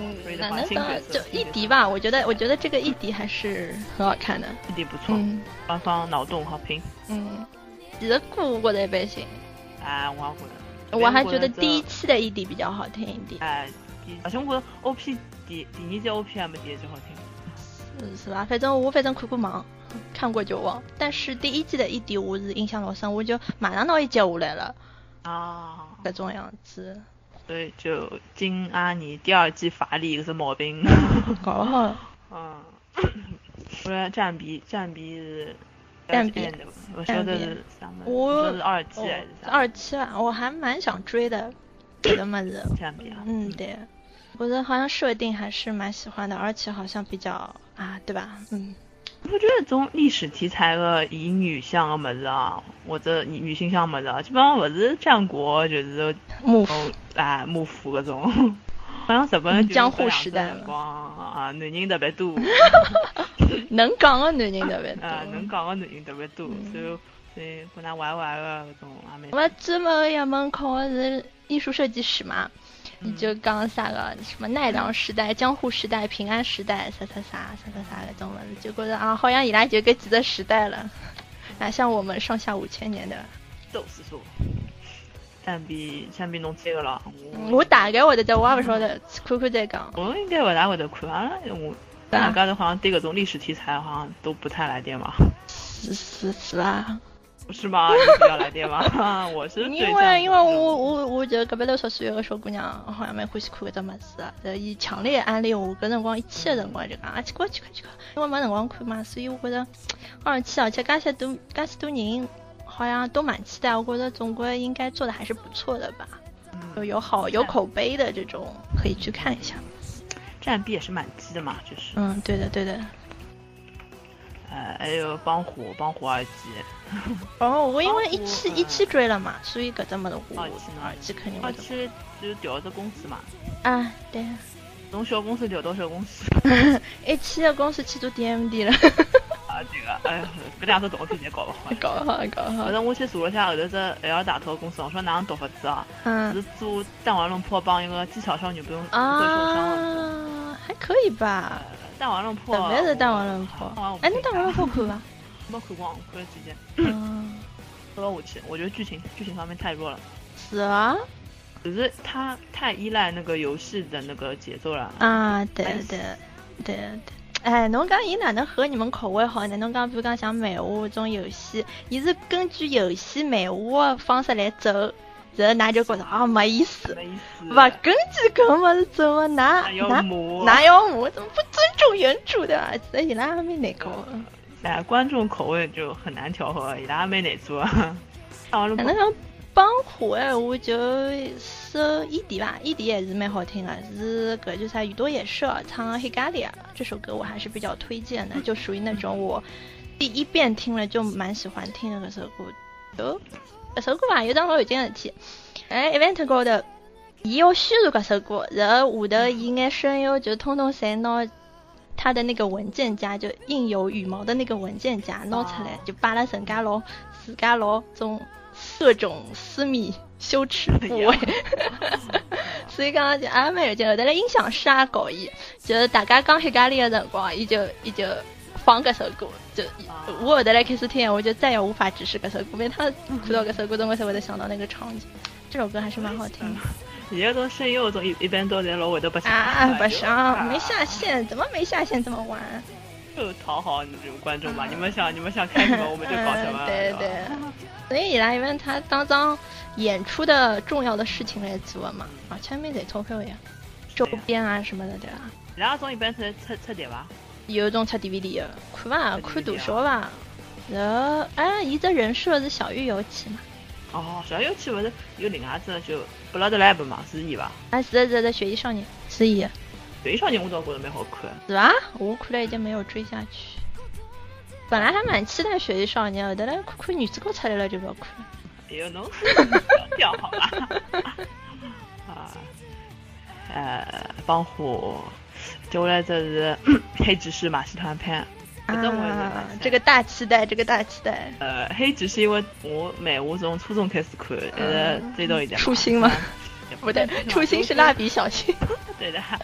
哪欢新角能色。 就一迪吧，我觉得我觉得这个一迪还是很好看的。 一迪不错， 嗯， 官方脑洞好评。 嗯，其实歌我觉得一般性。 哎，我也觉得。 我还觉得第一期的一迪比较好听一点。 哎，而且我觉得 O P 第第二季 O P 还没第一季好听。 是是吧？反正我反正看过忙，看过就忘。但是第一季的一迪我是印象老深，我就马上拿伊接下来了。 啊， 这种样子。 所以就金阿尼第二季乏力搿是毛病。 搞不好。 嗯。我来占比占比是。 占比。 我说的是啥么？ 我说是二期还是啥？ 二期吧，我还蛮想追的。这个么子。 占比啊。 嗯，对。我觉得好像设定还是蛮喜欢的，而且好像比较啊，对吧？嗯。 我觉得这种历史题材的以女向的么子啊，或者以女性向么子啊，基本上不是战国就是幕府啊幕府搿种，好像日本江户时代啊，男人特别多， 能讲的男人特别多， 啊，能讲的男人特别多，所以所以跟他玩玩的搿种也蛮。 我专门一门考的是艺术设计史嘛。你就讲啥个什么奈良时代、江户时代、平安时代，啥啥啥啥啥啥个种文字，就觉得啊，好像伊拉就搿几个时代了，哪像我们上下五千年的。 都是说，占比占比侬这个了。 我大概会得在，我也不晓得，看看再讲。 我应该不大会得看啊，我大家好像对搿种历史题材好像都不太来电嘛。 是是是啊。 不是吗？你比较来电吗？我是因为因为我我我觉得隔壁头十岁个小姑娘好像蛮欢喜看搿只物事的，伊强烈安利我搿辰光一期的辰光就讲啊去看去看去看，因为没辰光看嘛，所以我觉得二期而且介许多介许多人好像都蛮期待，我觉得总归应该做的还是不错的吧，就有好有口碑的这种可以去看一下。 占比也是蛮鸡的嘛，就是。 嗯，对的对的。 呃，还有帮虎帮虎二季。 哦，我因为一期一期追了嘛，所以搿只么子我二期肯定会。 二期就调只公司嘛。 啊，对。 从小公司调到小公司。 一期的公司去做 D M D 了。 啊，这个，哎呀，搿两只动画片侪搞不好。 搞不好，搞不好。 反正我去查了下后头只 L 大头公司，我说哪能读法子啊？ 嗯。 是做弹丸论破帮一个技巧少女不用不会受伤啊，还可以吧。 弹丸论破。 特别是弹丸论破。哎，你弹丸论破看吧。 没看光，看了几集。 嗯。 说到武器，我觉得剧情剧情方面太弱了。 是啊。 只是它太依赖那个游戏的那个节奏了。 啊，对对对对。哎，侬讲伊哪能合你们口味好呢？侬讲比如讲像漫画这种游戏，伊是根据游戏漫画的方式来走，然后㑚就觉得啊没意思。 没意思。 不根据搿么子走啊，哪哪哪要磨？怎么不尊重原著的？所以伊拉还没难搞。 哎，观众口味就很难调和，伊拉还没难做。 反正讲帮虎哎，我就是一迪吧，一迪也是蛮好听的，是搿就啥宇多野社唱的《黑咖喱》这首歌，我还是比较推荐的，就属于那种我第一遍听了就蛮喜欢听的搿首歌。有搿首歌吧，有桩老有劲的事体，哎 ，event 高头伊要宣传搿首歌，然后下头伊眼声优就通通侪拿他的那个文件夹，就印有羽毛的那个文件夹拿出来，就摆了人家老自家老种各种私密羞耻部位，所以刚刚就也蛮有劲。后头来音响师也搞伊，就是大家讲黑咖喱的辰光，伊就伊就放搿首歌，就我后头来开始听，我就再也无法直视搿首歌，因为他看到搿首歌，我才会得想到那个场景。这首歌还是蛮好听的。 现在种声优种一一般都在老会都不上啊，不上，没下线，怎么没下线这么晚？ 就讨好你这种观众吧，你们想你们想看什么我们就搞什么。 对对。所以伊拉因为他当张演出的重要的事情来做嘛，而且没赚钞票呀，周边啊什么的，对吧？ 伊拉种一般出出出碟吧？ 有种出 D V D 的，看吧，看多少吧。然后哎，伊这人设是小玉游起嘛？ 哦，小玉游起不是有另外只就 Blood Lab 嘛，是伊吧？ 啊，是是是，雪衣少年是伊。 雪衣少年我倒觉得蛮好看。 是吧？我看了已经没有追下去。本来还蛮期待雪衣少年，后头来看看女主角出来了就不要看了。 哎呦，侬这样好吧？啊，呃，帮虎，接下来这是黑执事马戏团篇。 啊，这个大期待，这个大期待。 呃，黑执事因为我漫画从初中开始看，呃，追到一点。 初心吗？不对，初心是蜡笔小新。 对的。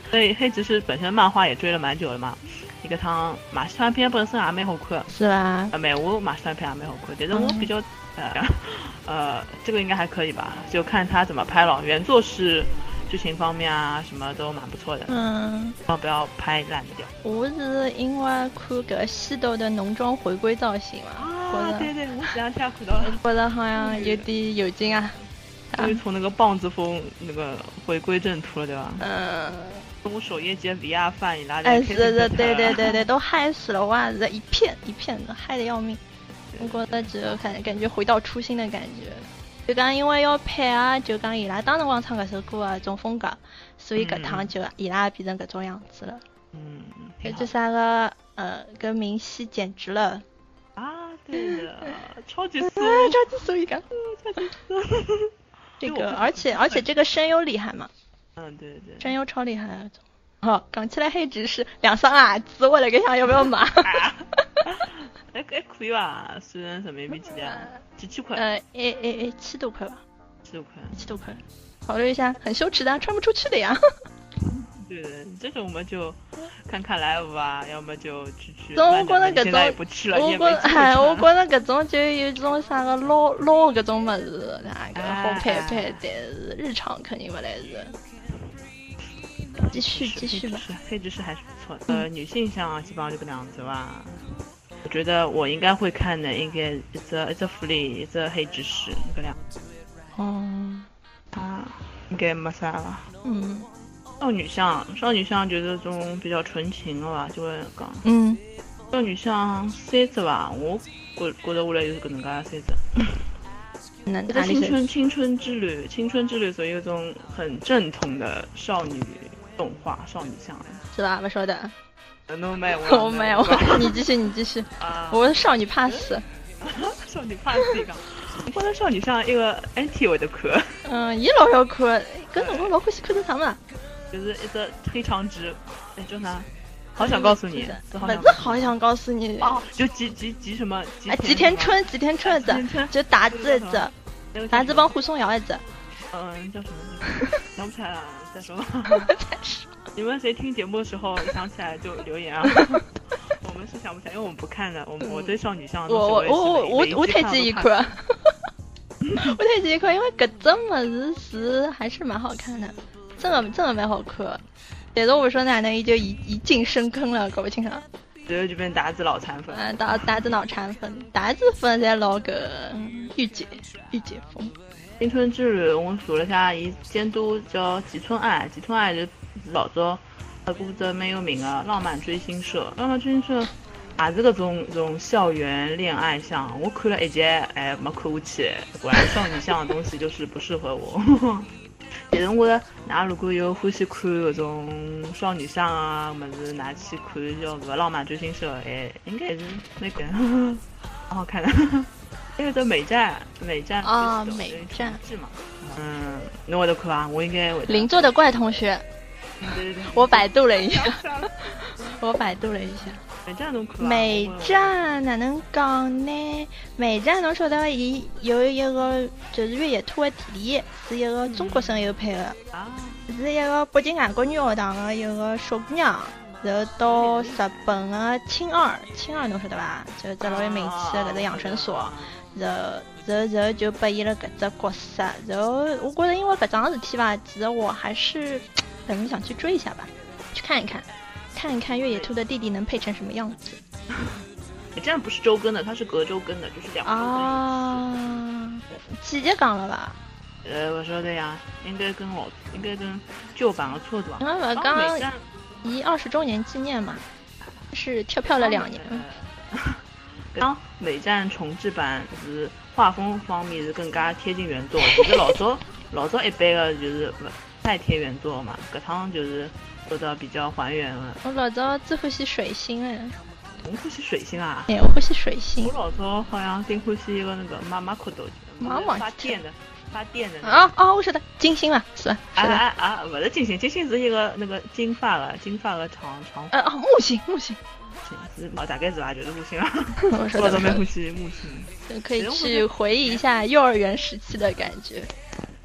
所以黑执事本身漫画也追了蛮久了嘛。一个趟马戏团片本身也蛮好看， 是吧？ 呃，漫画马戏团片也蛮好看，但是我比较、嗯、呃呃，这个应该还可以吧，就看他怎么拍了。原作是剧情方面啊，什么都蛮不错的。 嗯， 要不要拍烂掉？ 我是因为看个西斗的浓妆回归造型嘛， 啊，对对，我前两天看到了， 觉得好像有点有劲啊。 终于从那个棒子风那个回归正途了，对吧？ 嗯。 我首页接 V R 饭，伊拉哎，是的，对对对对，都嗨死了，哇，这一片一片的，嗨的要命。我觉得就感感觉回到初心的感觉。就讲因为要配啊，就讲伊拉当辰光唱搿首歌啊，种风格，所以搿趟就伊拉变成搿种样子了。 嗯， 就啥个呃，跟明熙简直了。 啊，对的，超级酥， 超级酥一个， 超级酥。 这个，而且而且这个声优厉害嘛。 嗯，对对， 声优超厉害啊！哦，讲起来黑执事两双耳子，我来个想要不要买？ 哎哎可以吧？是人民币几的？几千块？ 呃，哎哎哎，七多块吧？ 七多块？ 七多块？考虑一下，很羞耻的，穿不出去的呀。 对的，这种我们就看看 live 啊，要么就去去。 我觉得搿种， 现在也不去了， 我觉哎，我觉得搿种就有种啥个老老搿种物事，那个好拍拍，但是日常肯定不来是。继续继续吧， 黑执事还是不错的。呃，女性向基本上就这个样子吧。我觉得我应该会看的，应该一只一只福利，一只黑执事，这两。 哦。 啊，应该没啥了。 嗯。 少女向，少女向就是种比较纯情的吧，就会讲。 嗯。 少女向三只吧，我觉觉得下来就是搿能介三只。 那这个青春青春之旅，青春之旅属于一种很正统的少女动画，少女向是吧？不说的。 no 没有， 我没有，你继续，你继续。啊、我是少女 pass。 少女 pass 一个，我的少女向一个 anti 我的看。 嗯，伊老要看，跟我老欢喜看的啥嘛？ 就是一只黑长直，哎，叫啥？好想告诉你， 不是好想告诉你哦，就吉吉吉什么？ 哎，吉田春，吉田春子，就达子一只，达子帮胡松瑶一只。 嗯，叫什么？想不起来了，再说。你们谁听节目的时候想起来就留言啊。我们是想不起来，因为我们不看的。我我对少女向的我我我我我推荐一款，我推荐一款，因为搿只么子是还是蛮好看的，真的真的蛮好看。但是我说哪能，伊就一一进深坑了，搞不清爽。 最后就变达子脑残粉。 嗯，达达子脑残粉，达子粉在老个御姐御姐风。 青春之旅，我查了下，伊监督叫吉村爱，吉村爱是老早呃过着蛮有名的浪漫追星社，浪漫追星社也是搿种种校园恋爱向。我看了一集，哎，没看下去，果然少女向的东西就是不适合我。但是我觉得，㑚如果有欢喜看搿种少女向啊物事，㑚去看叫搿个浪漫追星社，哎，应该是那个蛮好看的。还有个美战，美战啊，美战是吗？嗯，那我都看啊，我应该会。 邻座的怪同学， 对对对， 我百度了一下，我百度了一下。 美战侬看？ 美战哪能讲呢？美战侬晓得，伊有一个就是越野兔的弟弟，是一个中国声优配的， 啊， 是一个北京外国语学堂的一个小姑娘。然后到日本的青二，青二侬晓得吧？就只老有名气的搿只养生所。然后，然后，然后就扮演了搿只角色。然后，我觉得因为搿桩事体吧，其实我还是可能想去追一下吧，去看一看，看一看越野兔的弟弟能配成什么样子。 你这样不是周更的，它是隔周更的，就是两周更啊，几集讲了吧？ 呃，不晓得呀，应该跟老，应该跟旧版的差不多。 刚刚一二十周年纪念嘛，是跳票了两年。 刚美战重制版是画风方面是更加贴近原作，其实老早老早一般的就是不太贴原作嘛，搿趟就是做到比较还原了。 我老早最欢喜水星哎。 我欢喜水星啊？ 哎，我欢喜水星。 我老早好像挺欢喜一个那个妈妈口斗， 妈妈发电的。发电的、那个、 啊啊！我晓得金星嘛，是吧？ 啊啊啊！不是金星，金星是一个那个金发的，金发的长长。 呃啊，木星，木星。 是哦，大概是吧，就是木星啊。 我说的蛮欢喜木星。 可以去回忆一下幼儿园时期的感觉。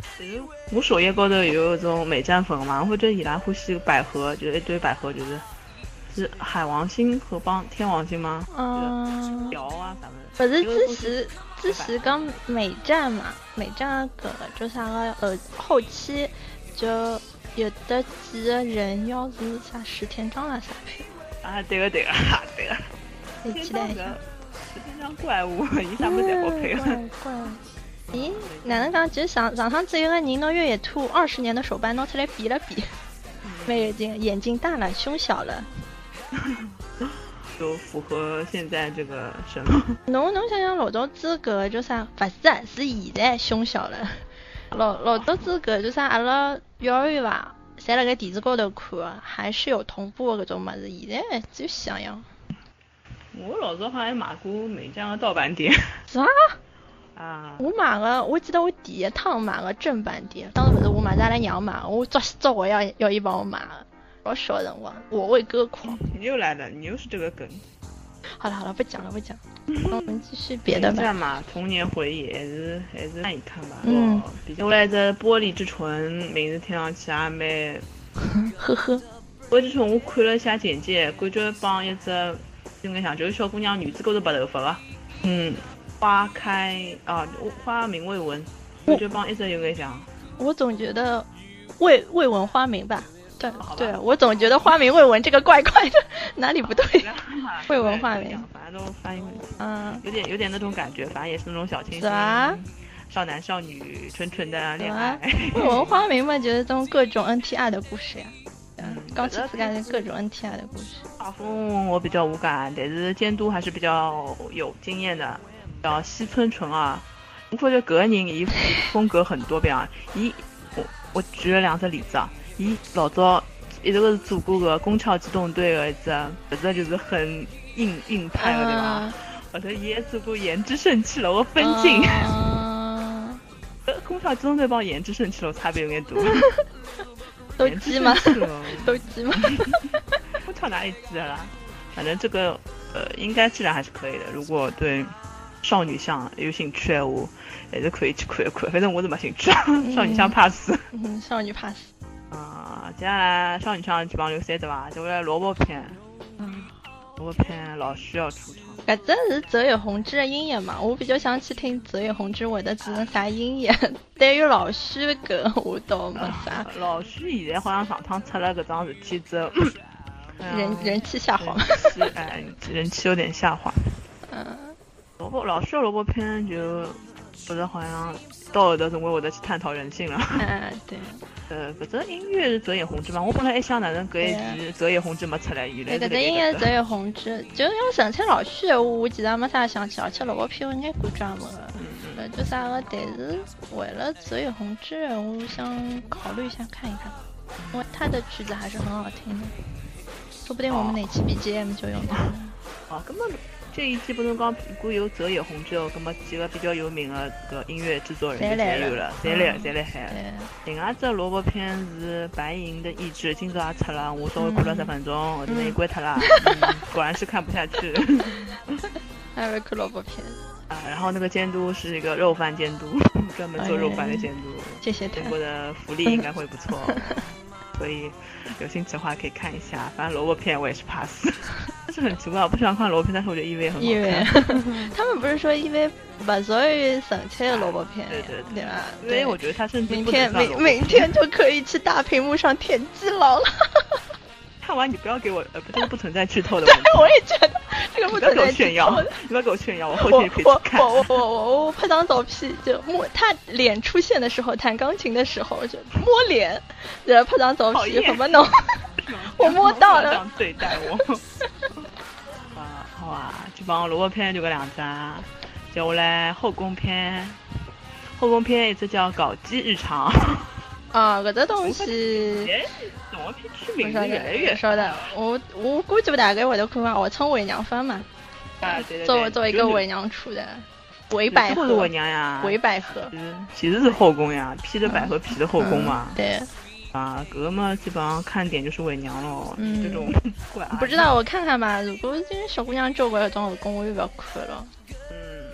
但是我首页高头有一种美占粉嘛，或者伊拉欢喜百合，就是一堆百合，就是是海王星和帮天王星吗？嗯，条啊啥么？不是之前之前讲美占嘛，美占搿个叫啥个呃后期就有的几个人要是啥十天章啦啥片。 啊，对个对个，对个。 你期待一下。 十天章怪物，伊啥么子侪好配了。怪物。咦，哪能讲？其实上上趟子有个人拿越野兔二十年的手办拿出来比了比，没有睛眼睛大了，胸小了， 就符合现在这个什么？ 侬侬想想老早子搿叫啥？不是，是现在胸小了。老老早子搿叫啥？阿拉幼儿园吧，侪辣盖电视高头看，还是有同步的搿种物事。现在就想想， 我老早好像买过美占的盗版碟。 啥？ 啊！ 我买个，我记得我第一趟买个正版碟，当时不是我买，是阿拉娘买，我早早我要要伊帮我买的，老小辰光，我为歌狂。 你又来了，你又是这个梗。 好了好了，不讲了不讲，我们继续别的吧。 美占嘛，童年回忆还是还是看一看吧。 嗯。 比较来这玻璃之唇，名字听上去也蛮。 呵呵。 玻璃之唇我看了一下简介，感觉帮一只应该想就是小姑娘女子高头白头发个，嗯。花开啊，花名未闻，我觉得帮一直有点像。 我总觉得未未闻花名吧，对对，我总觉得花名未闻这个怪怪的，哪里不对？未闻花名， 反正都翻译问题。 嗯， 有点有点那种感觉，反正也是那种小清新，少男少女纯纯的恋爱。 未闻花名嘛，就是这种各种 N T R 的故事呀。嗯，高启子干各种 N T R 的故事。 画风我比较无感，但是监督还是比较有经验的。叫西村纯啊，我发觉搿个人伊风格很多变啊。伊我我举了两只例子啊，伊老早一直是做过个宫壳机动队的一只，搿只就是很硬硬派的对吧？后头伊也做过炎之圣器了，我分镜。呃，宫壳机动队帮炎之圣器了差别有点多。 都鸡吗？都鸡吗？ 我操哪里鸡了啦？反正这个呃应该质量还是可以的，如果对。少女向有兴趣的话，还是可以去看一看。反正我是没兴趣，嗯、少女向 pass。 嗯，少女 pass。 啊、呃，接下来少女向基本上有三只吧，接下来萝卜片。 嗯。 萝卜片老需要出场。 搿只是泽野弘之的音乐嘛，我比较想去听泽野弘之会的只能啥音乐。对于老许搿我倒没啥、 呃。老许现在好像上趟出了搿桩事体之后， 人人气下滑。 人气哎，人气有点下滑。 嗯。 萝卜老需要萝卜片就不是好像到后头总归会得去探讨人性了。 嗯，对。 呃，搿只音乐是泽野弘之嘛？我本来还想哪能搿一集泽野弘之没出来，原来搿只音乐是泽野弘之，就用纯粹老许的话，我其实没啥想起，而且萝卜片我应该感觉也没个。嗯嗯。就啥个，但是为了泽野弘之，我想考虑一下看一看，因为他的曲子还是很好听的，说不定我们哪期 B G M 就用它。 哦，根本。这一季不能讲，如果有泽野弘之哦，那么几个比较有名的个音乐制作人就侪有了，侪来侪来海。另外只萝卜片是白银的意志，今朝也出了，我稍微看了十分钟，后头呢关脱了，果然是看不下去。 还会看萝卜片啊，然后那个监督是一个肉贩监督，专门做肉贩的监督， 谢谢他。 中国的福利应该会不错，所以有兴趣的话可以看一下。反正萝卜片我也是 pass。但是很奇怪，我不喜欢看萝卜片，但是我觉得 E V 很好看。 他们不是说 E V 不属于省切的萝卜片， 对对对吧？ 因为我觉得他甚至明天明明天就可以去大屏幕上舔基佬了。 看完你不要给我，呃，这个不存在剧透的问题。 我也觉得这个不存在炫耀，你不要给我炫耀，我后天也可以去看。 我我我我我拍张照片，就摸他脸出现的时候，弹钢琴的时候就摸脸，然后拍张照片，怎么弄？我摸到了。 这样对待我。啊，好啊，这帮萝卜片就搿两只，接下来后宫片，后宫片一只叫《搞基日常》。 啊，搿只东西。 动画片取名字越来越少的，我我估计不大概会得看看我称伪娘番嘛。 啊，对对对。 作为作为一个伪娘出的。伪百合。 是伪娘呀。 伪百合。 其实是后宫呀，披着百合皮的后宫嘛。 对。 啊，搿个嘛，基本上看点就是伪娘咯， 嗯、 这种怪。 不知道，我看看吧。如果因为小姑娘做过那种后宫，我就不要看了。 嗯，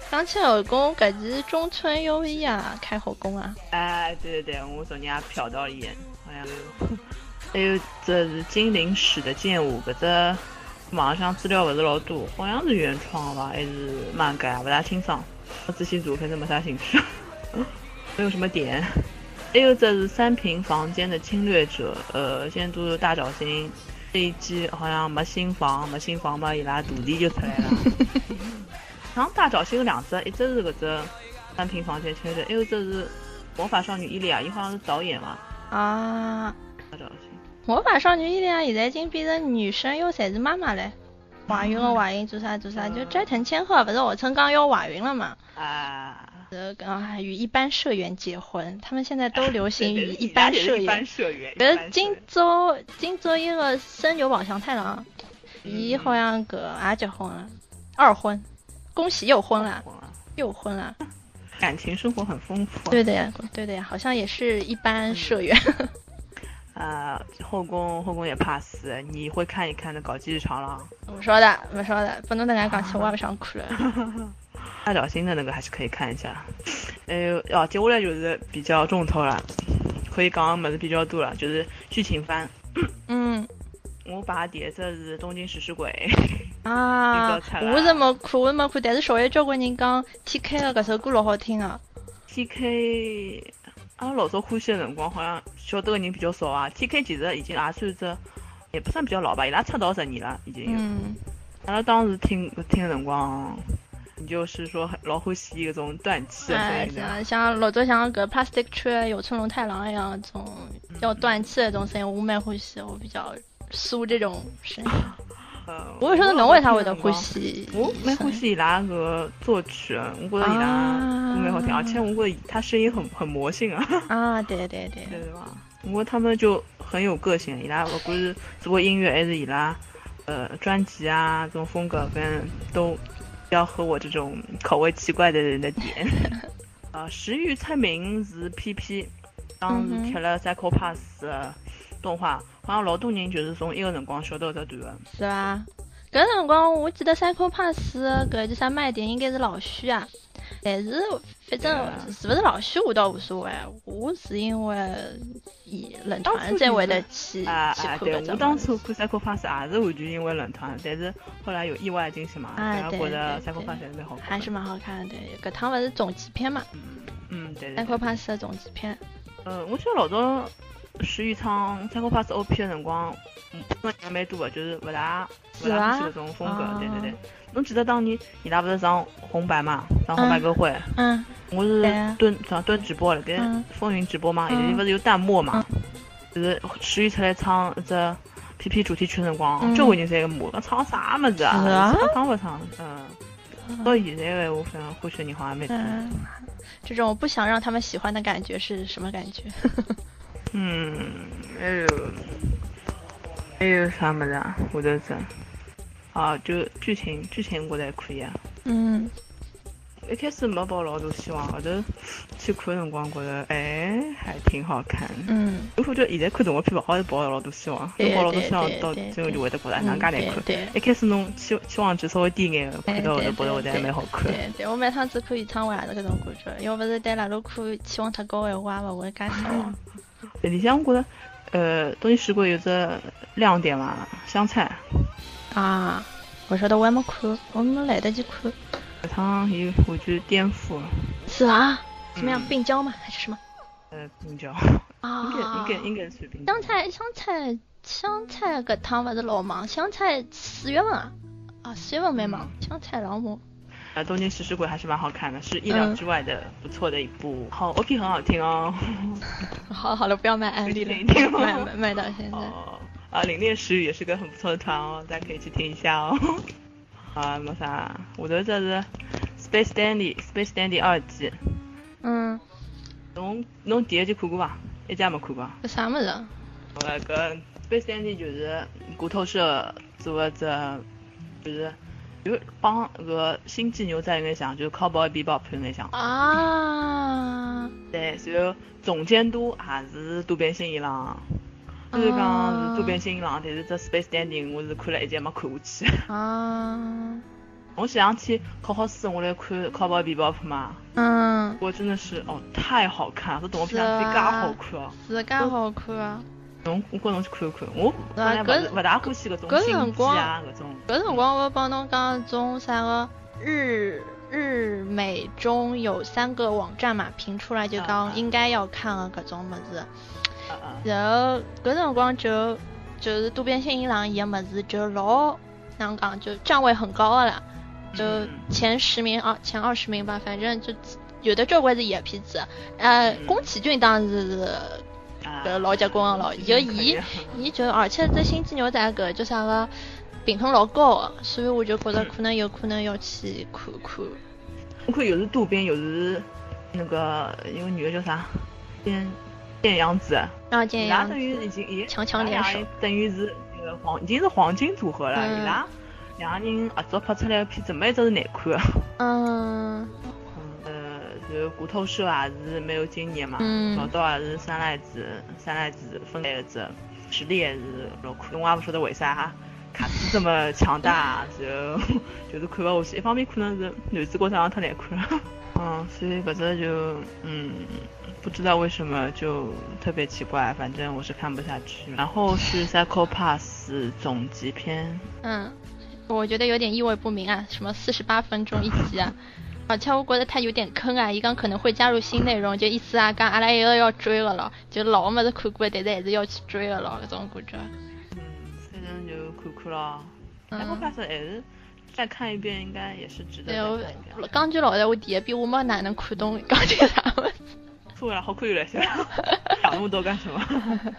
讲起后宫，搿期中村优一啊，开后宫啊。 哎，对对对，我昨日也瞟到了一眼，好像有。还有这是金陵史的剑舞，搿只网上资料勿是老多，好像是原创吧，还是漫改，勿大清爽。我仔细读，反正没啥兴趣。没有什么点。还有这是三平房间的侵略者，呃，监督大沼星这一季好像没新房，没新房嘛，伊拉徒弟就出来了。好像大沼星有两只，一只是搿只三平房间侵略者，还有这是魔法少女伊利亚，伊好像是导演嘛。 啊。 大沼星。 魔法少女伊利亚现在已经变成女生又侪是妈妈嘞，怀孕了怀孕做啥做啥，就斋藤千鹤不是号称刚要怀孕了嘛？ 啊。 呃，啊，与一般社员结婚，他们现在都流行与一般社员。 一般社员。 可是今朝今朝一个生牛宝祥太郎，伊好像个也结婚了，二婚，恭喜又婚了，又婚了。 感情生活很丰富。 对的呀，对的呀，好像也是一般社员。 啊、呃，后宫后宫也怕死，你会看一看的搞基日常了？ 我说的，我说的，不能等下讲起我也不想哭了。 大沼星的那个还是可以看一下。呃，哦，接下来就是比较重头了，可以讲的么子比较多了，就是剧情番。 嗯， 我把第一只是东京食尸鬼。 啊，我是没看，我是没看，但是小有交关人讲 T K 的搿首歌老好听啊。 T K， 啊，老早欢喜的辰光好像晓得的人比较少啊。T K 其实已经也算只，也不算比较老吧，伊拉出道十年了已经。嗯。阿拉当时听听的辰光。你就是说老欢喜搿种断气的声音的， 哎，像老早像搿 Plastic Tree 有村龙太郎一样，这种要断气的这种声音，我蛮欢喜，我比较酥这种声音。呃，我晓得侬为啥会得欢喜？ 我蛮欢喜伊拉个作曲，我觉得伊拉蛮好听，而且我觉得他声音很很魔性啊。 啊，对对对， 对吧？我觉得他们就很有个性，伊拉不管是做音乐还是伊拉呃专辑啊这种风格，反正都。要和我这种口味奇怪的人的点。啊、呃，石玉村民是 P P， 当时贴了 Psycho Pass 的动画，好像老多人就是从一个辰光晓得这段。 是吧？搿辰光我记得 Psycho Pass 搿叫啥卖点应该是老虚啊，但是反正是不是老虚我倒无所谓，我是因为以冷团才会得去啊去看对， 搿种。 我当初看 Psycho Pass 也是完全因为冷团，但是后来有意外惊喜嘛， 啊对，觉得 Psycho Pass 还是蛮好看， 还是蛮好看的。对，搿趟勿是总集篇嘛？ 嗯嗯，对对。 Psycho Pass 的总集篇。 呃，我记得老早石玉唱 Psycho Pass O P 的辰光，嗯，也蛮多的，就是勿大勿大欢喜搿种风格，对对对。侬记得当年伊拉不是上红白嘛，上红白歌会， 嗯， 我是蹲上蹲直播了，跟风云直播嘛，现在不是有弹幕嘛，就是石玉出来唱这 P P 主题曲的辰光，交关人在个骂，唱啥么子啊？唱不唱？嗯，到现在的我反正欢喜的人好像没多。 这种不想让他们喜欢的感觉是什么感觉？ 嗯，还有还有啥么子啊？我都是。啊，就剧情剧情我觉得还可以啊。 嗯， 一开始没抱老多希望，后头去看的辰光觉得，哎，还挺好看。 嗯， 我感觉现在看动画片勿好是抱老多希望，侬抱老多希望到最后就会得觉得哪介难看。一开始侬期期望值稍微低眼，看到后头觉得会得还蛮好看。 对对，我每趟子看演唱会也是搿种感觉，要勿是对哪路看期望太高的话，也勿会介失望。 里向我觉得，呃，东京食鬼有只亮点嘛，香菜。 啊，我说的我还没看，我没来得及看。 这趟有完全颠覆了。 是啊？什么样？病娇吗？还是什么？ 呃，病娇。 啊， 应该应该应该是病娇。 香菜香菜香菜搿趟勿是老忙，香菜四月份啊，啊四月份蛮忙，香菜老忙。 呃，东京食尸鬼还是蛮好看的，是意料之外的、嗯、不错的一部。好 ，O P 很好听哦。 好好了，不要卖安利了，卖卖卖到现在。 哦啊，凛冽时雨也是个很不错的团哦，大家可以去听一下哦。啊，没啥，我的这是 Space Dandy Space Dandy 二季。 嗯。 侬侬第一季看过伐？一季也没看过。 搿啥物事？ 那个 Space Dandy 就是骨头社做的这，就是有帮那个星际牛仔有点像，就是 Cowboy Bebop 有点像。 啊。 对，然后总监督还是渡边信一郎。就是讲是渡边信一郎，但是这 Space Dandy 我是看了一集没看下去。 啊， 我前两天考好试，我来看考跑皮跑谱嘛。 嗯。 我真的是哦，太好看了，这动画片比介好看哦。 是介好看啊！ 侬我跟侬去看看，我本来勿勿大欢喜搿种星际啊搿种。 搿辰光我帮侬讲种啥个日日美中有三个网站嘛，评出来就讲应该要看的搿种物事。然后搿辰光就就是渡边信一郎伊个物事就老哪能讲就站位很高的啦，就前十名啊前二十名吧，反正就有的交关是伊个片子。呃，宫崎骏当时是。搿老结棍了，就伊伊就而且这星际牛仔搿叫啥个评分老高的，所以我就觉得可能有可能要去看看。 我看又是渡边，又是那个一个女的叫啥？剑剑阳子。 啊，剑阳子。 伊拉等于已经伊强强联手， 等于是那个黄已经是黄金组合了。伊拉两个人合作拍出来的片子没一只是难看的。 嗯。 就骨头社也是蛮有经验嘛，老道也是三赖子，三赖子分来的只实力也是老看，我也不晓得为啥哈，卡斯这么强大，就就是看不下去。一方面可能是男主角长得太难看了，嗯，所以搿只就嗯不知道为什么就特别奇怪，反正我是看不下去。然后是 Psycho Pass 总集篇， 嗯，我觉得有点意味不明啊，什么四十八分钟一集啊。而且我觉得他有点坑啊，伊讲可能会加入新内容，就意思啊，讲阿拉一个要追了咯，就老么子看过，但是还是要去追了咯，搿种感觉。 嗯，反正就看看咯。然后发现还是再看一遍，应该也是值得再看一遍。 讲句老实话，第一遍我没哪能看懂讲句啥么子。 错了，好看有来些，想那么多干什么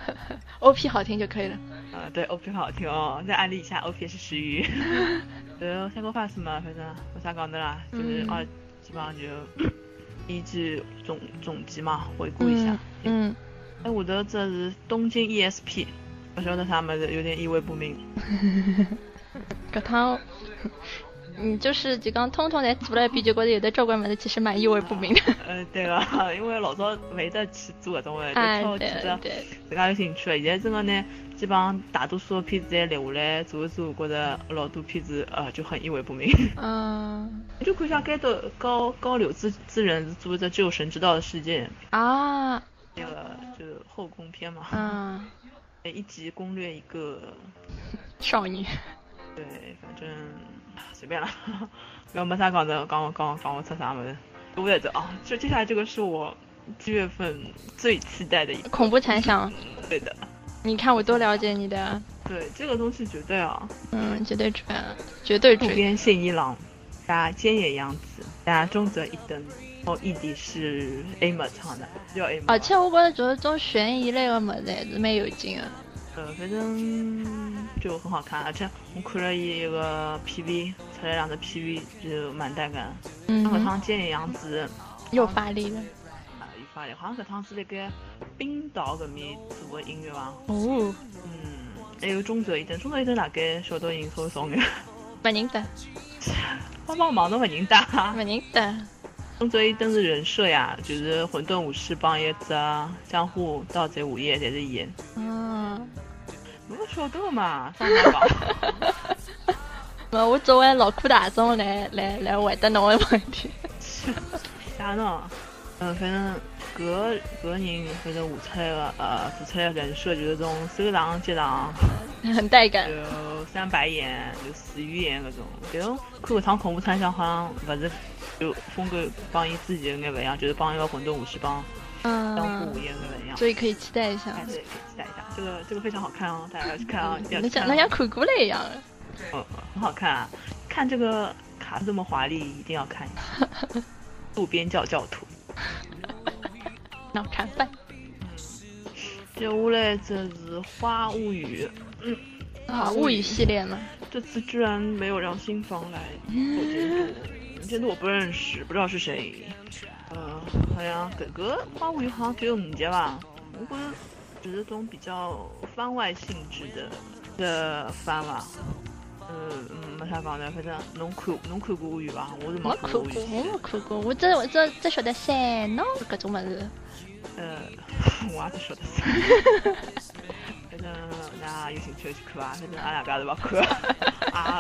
？O P 好听就可以了。 呃，对 ，O P 好听哦，再安利一下 O P 是石鱼。呃，三个 pass 嘛，反正没啥讲的啦，就是啊。基本上就一季总总集嘛，回顾一下。 嗯。 哎，我的这是东京 E S P， 不晓得啥么子，有点意味不明。 搿趟，嗯，就是就讲通通侪做了一遍，就觉得有的交关么子其实蛮意味不明的。 呃，对个，因为老早没得去做搿种个，就挑几只自家有兴趣的。现在真的呢，基本上大多数的片子侪留下来做一做，觉得老多片子呃就很意味不明。 嗯。 就看像该多高高柳之之人是做一只只有神知道的世界啊， 那个就是后宫篇嘛。 嗯。 每一集攻略一个少女。 对，反正随便了，没没啥讲的，讲讲讲我出啥么子。我在这啊，就接下来这个是我七月份最期待的一个恐怖残响。 对的。 你看我多了解你的。 对，这个东西绝对啊。 嗯，绝对追，绝对追。 渡边信一郎加菅野洋子加中泽一登，然后异地是 A 嘛唱的，叫 A 嘛。 而且我觉得就是这种悬疑类的么子还是蛮有劲的。 呃，反正就很好看，而且我看了一个 P V， 出来两个 P V 就蛮带感。 嗯。 搿趟菅野洋子又发力了。 啊，又发力，好像搿趟是辣盖冰岛搿面做的音乐伐？ 哦。 嗯，还有中泽一登，中泽一登大概小抖音搜少眼。 不认得。 帮帮忙都不认得。 不认得。 中泽一登是人设呀，就是混沌武士帮一只江户盗贼午夜侪是伊。 嗯。 我晓得嘛，上海吧。 呃，我作为劳苦大众来来来回答侬的问题。 啥呢？嗯，反正搿搿人反正画出来个呃，做出来的人设就是种手长脚长， 很带感， 有三白眼，有死鱼眼搿种。但是看搿趟恐怖残响好像勿是，就风格帮伊自己有眼勿一样，就是帮一个混沌武士帮江户午夜勿一样。 所以可以期待一下。 对，可以期待一下，这个这个非常好看哦，大家要去看啊！ 那像那像看过来一样的。 嗯，很好看啊！看这个卡这么华丽，一定要看一下。渡边教教徒。 脑残饭。 接下来这是花物语，嗯， 啊，物语系列嘛。 这次居然没有让新房来做监督，监督我不认识，不知道是谁。呃，好像这个花物语好像只有五集吧，我觉得只是种比较番外性质的的番吧。嗯嗯，没啥讲的，反正侬看侬看过物语伐？我是没看过，我没看过，我只我只只晓得三喏搿种物事。 呃，我也只晓得三。反正大家有兴趣去看伐？反正阿拉家是勿看，啊，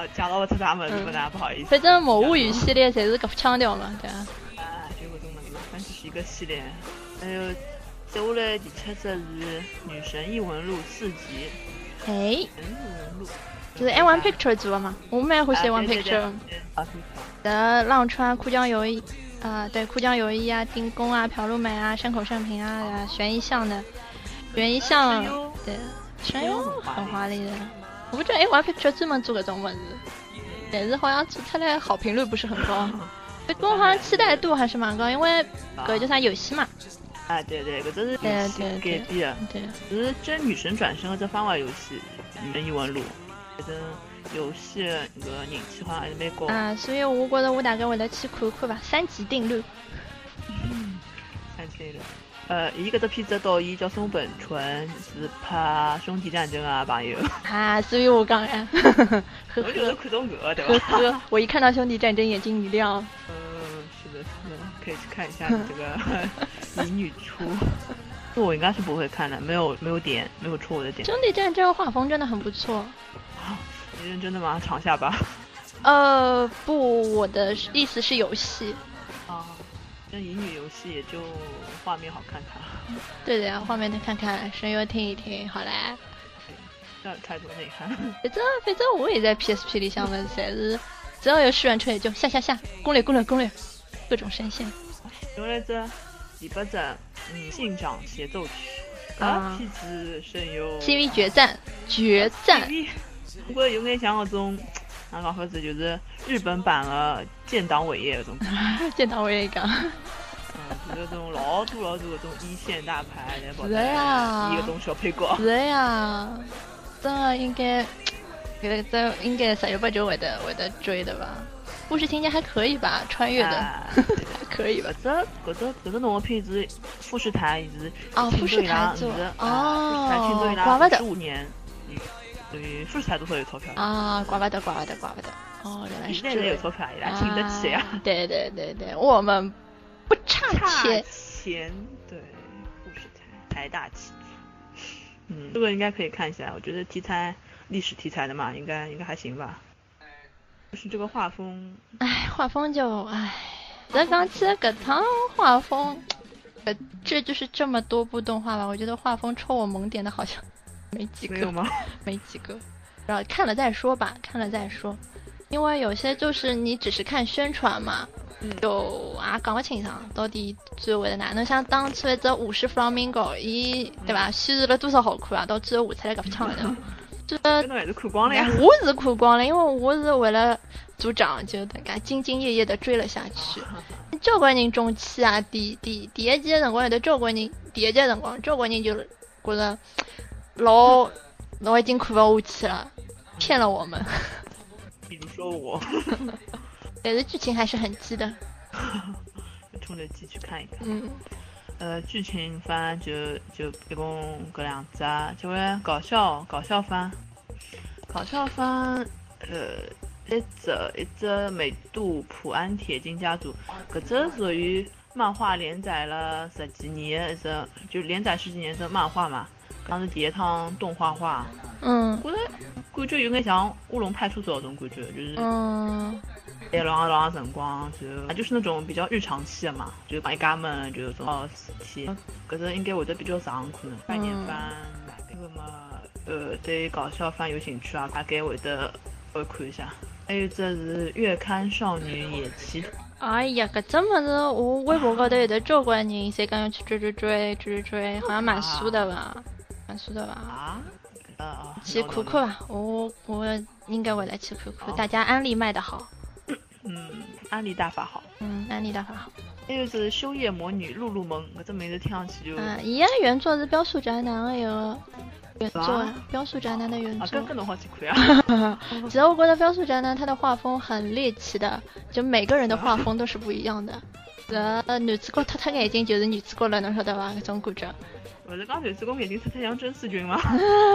啊，讲到不出啥么子嘛，不好意思。 反正《魔物语》系列侪是搿副腔调嘛，对啊。 啊，就搿种么子，反正是一个系列。还有接下来第七只是《女神异闻录》四集。 哎。 女神异闻录。 就是 A one Picture 做的嘛，我蛮欢喜 A one Picture。的浪川、哭江游一啊，对，哭江游一啊，丁宫啊，朴璐美啊，山口胜平啊，悬疑向的，悬疑向，对，声优很华丽的。我不觉得 A one Picture 专门做搿种物事，但是好像做出来好评率不是很高。不过好像期待度还是蛮高，因为搿叫啥游戏嘛。 啊，对对，搿只是游戏改编的， 对， 是真女神转身的这番外游戏《女神异闻录》。反正游戏的那个人气好像还是蛮高啊，所以我觉得我大概会来去看看吧。三级定律。 嗯，三级定律。呃，伊搿只片子导演叫松本纯，是拍《兄弟战争》啊朋友。 啊，所以我讲呀， 我就是看到搿个对吧？ 呵呵，我一看到《兄弟战争》眼睛一亮。 嗯，是的，是的，可以去看一下你这个迷女出。我应该是不会看的，没有没有点，没有戳我的点。 兄弟战争画风真的很不错。 你认真的吗？尝下吧。 呃，不，我的意思是游戏。 啊，那乙女游戏也就画面好看看。 对的呀，画面看看，声优听一听，好嘞。 要有太多内涵。 反正反正我也在 P S P 里向面侪是，只要有试玩车就下下下，攻略攻略攻略，各种声线。 有来着。第八只，嗯，信长协奏曲，啊，片子声优 C V 决战，决战。 不过有眼像那种，哪讲法子就是日本版的建党伟业那种。 建党伟业讲。 嗯，就是那种老多老多那种一线大牌来跑是呀， 一个种小配角。 是呀，真的应该，这这应该十有八九会得会得追的吧。故事情节还可以吧，穿越的、啊、还可以吧。 这搿只搿只动画片是富士台是哦，富士台做哦，富士台庆祝伊拉十五年，嗯，所以富士台多少有钞票啊？怪不得，怪不得，怪不得。哦，原来是这样。 有钞票，伊拉请得起啊。 对对对对，我们不差钱。 钱对，富士台财大气粗。嗯，这个应该可以看一下，我觉得题材历史题材的嘛，应该应该还行吧。就是这个画风， 哎，画风就哎，咱讲起搿趟画风，呃，这就是这么多部动画吧，我觉得画风戳我萌点的好像没几个， 没有吗？ 没几个，然后看了再说吧，看了再说，因为有些就是你只是看宣传嘛，嗯、就啊讲不清爽到底最后的哪能像当初这五十 Flamingo， 伊对吧，宣传了多少好看啊，到最后画出来搿副腔的。 这还是看光了呀！ 我是看光了，因为我是为了组长就大家兢兢业业的追了下去。交关人中气啊，第第第一季的辰光有的交关人，第一季的辰光交关人就觉得老老已经看不下去了，骗了我们。 比如说我， 但是剧情还是很激的。 冲着剧去看一看。 嗯。 呃，剧情番就就一共搿两只，就会搞笑搞笑番，搞笑番，呃，一只一只美度普安铁金家族，搿只属于漫画连载了十几年的一只，就连载十几年的漫画嘛，当时第一趟动画化， 嗯， 觉得感觉有点像乌龙派出所那种感觉，就是。 嗯。 哎，老长老长辰光就就是那种比较日常期的嘛，就帮一家们就种哦事体，搿是应该会得比较长可能。半年番那个嘛，呃，对搞笑番有兴趣啊，大概会得会看一下。还有这是月刊少女野崎。 哎呀，搿只么子我微博高头有的交关人侪讲要去追追追追追，好像蛮俗的吧，蛮俗的吧。 啊？呃， 去看看吧，我我应该会来去看看，大家安利卖的好。 嗯，安利大法好。 嗯，安利大法好。 还有是修业魔女露露萌，搿只名字听上去就。 啊，伊个原作是标速宅男的一个原作啊，标速宅男的原作。 啊，搿搿侬好去看啊。 其实我觉得标速宅男他的画风很猎奇的，就每个人的画风都是不一样的。呃，男主角脱脱眼睛就是女主角了，侬晓得伐？搿种感觉。 勿是讲男主角眼睛脱脱像甄思君吗？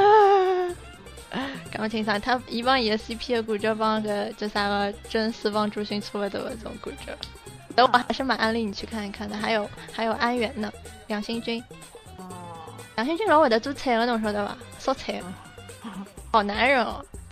讲不清爽，他伊帮伊个 C P 的感觉帮个这三个真丝帮朱勋差不多的这种感觉，但我还是蛮安利你去看一看的。还有还有安源呢，梁星君，哦，梁星君老会得做菜的，侬晓得吧？烧菜，好男人哦，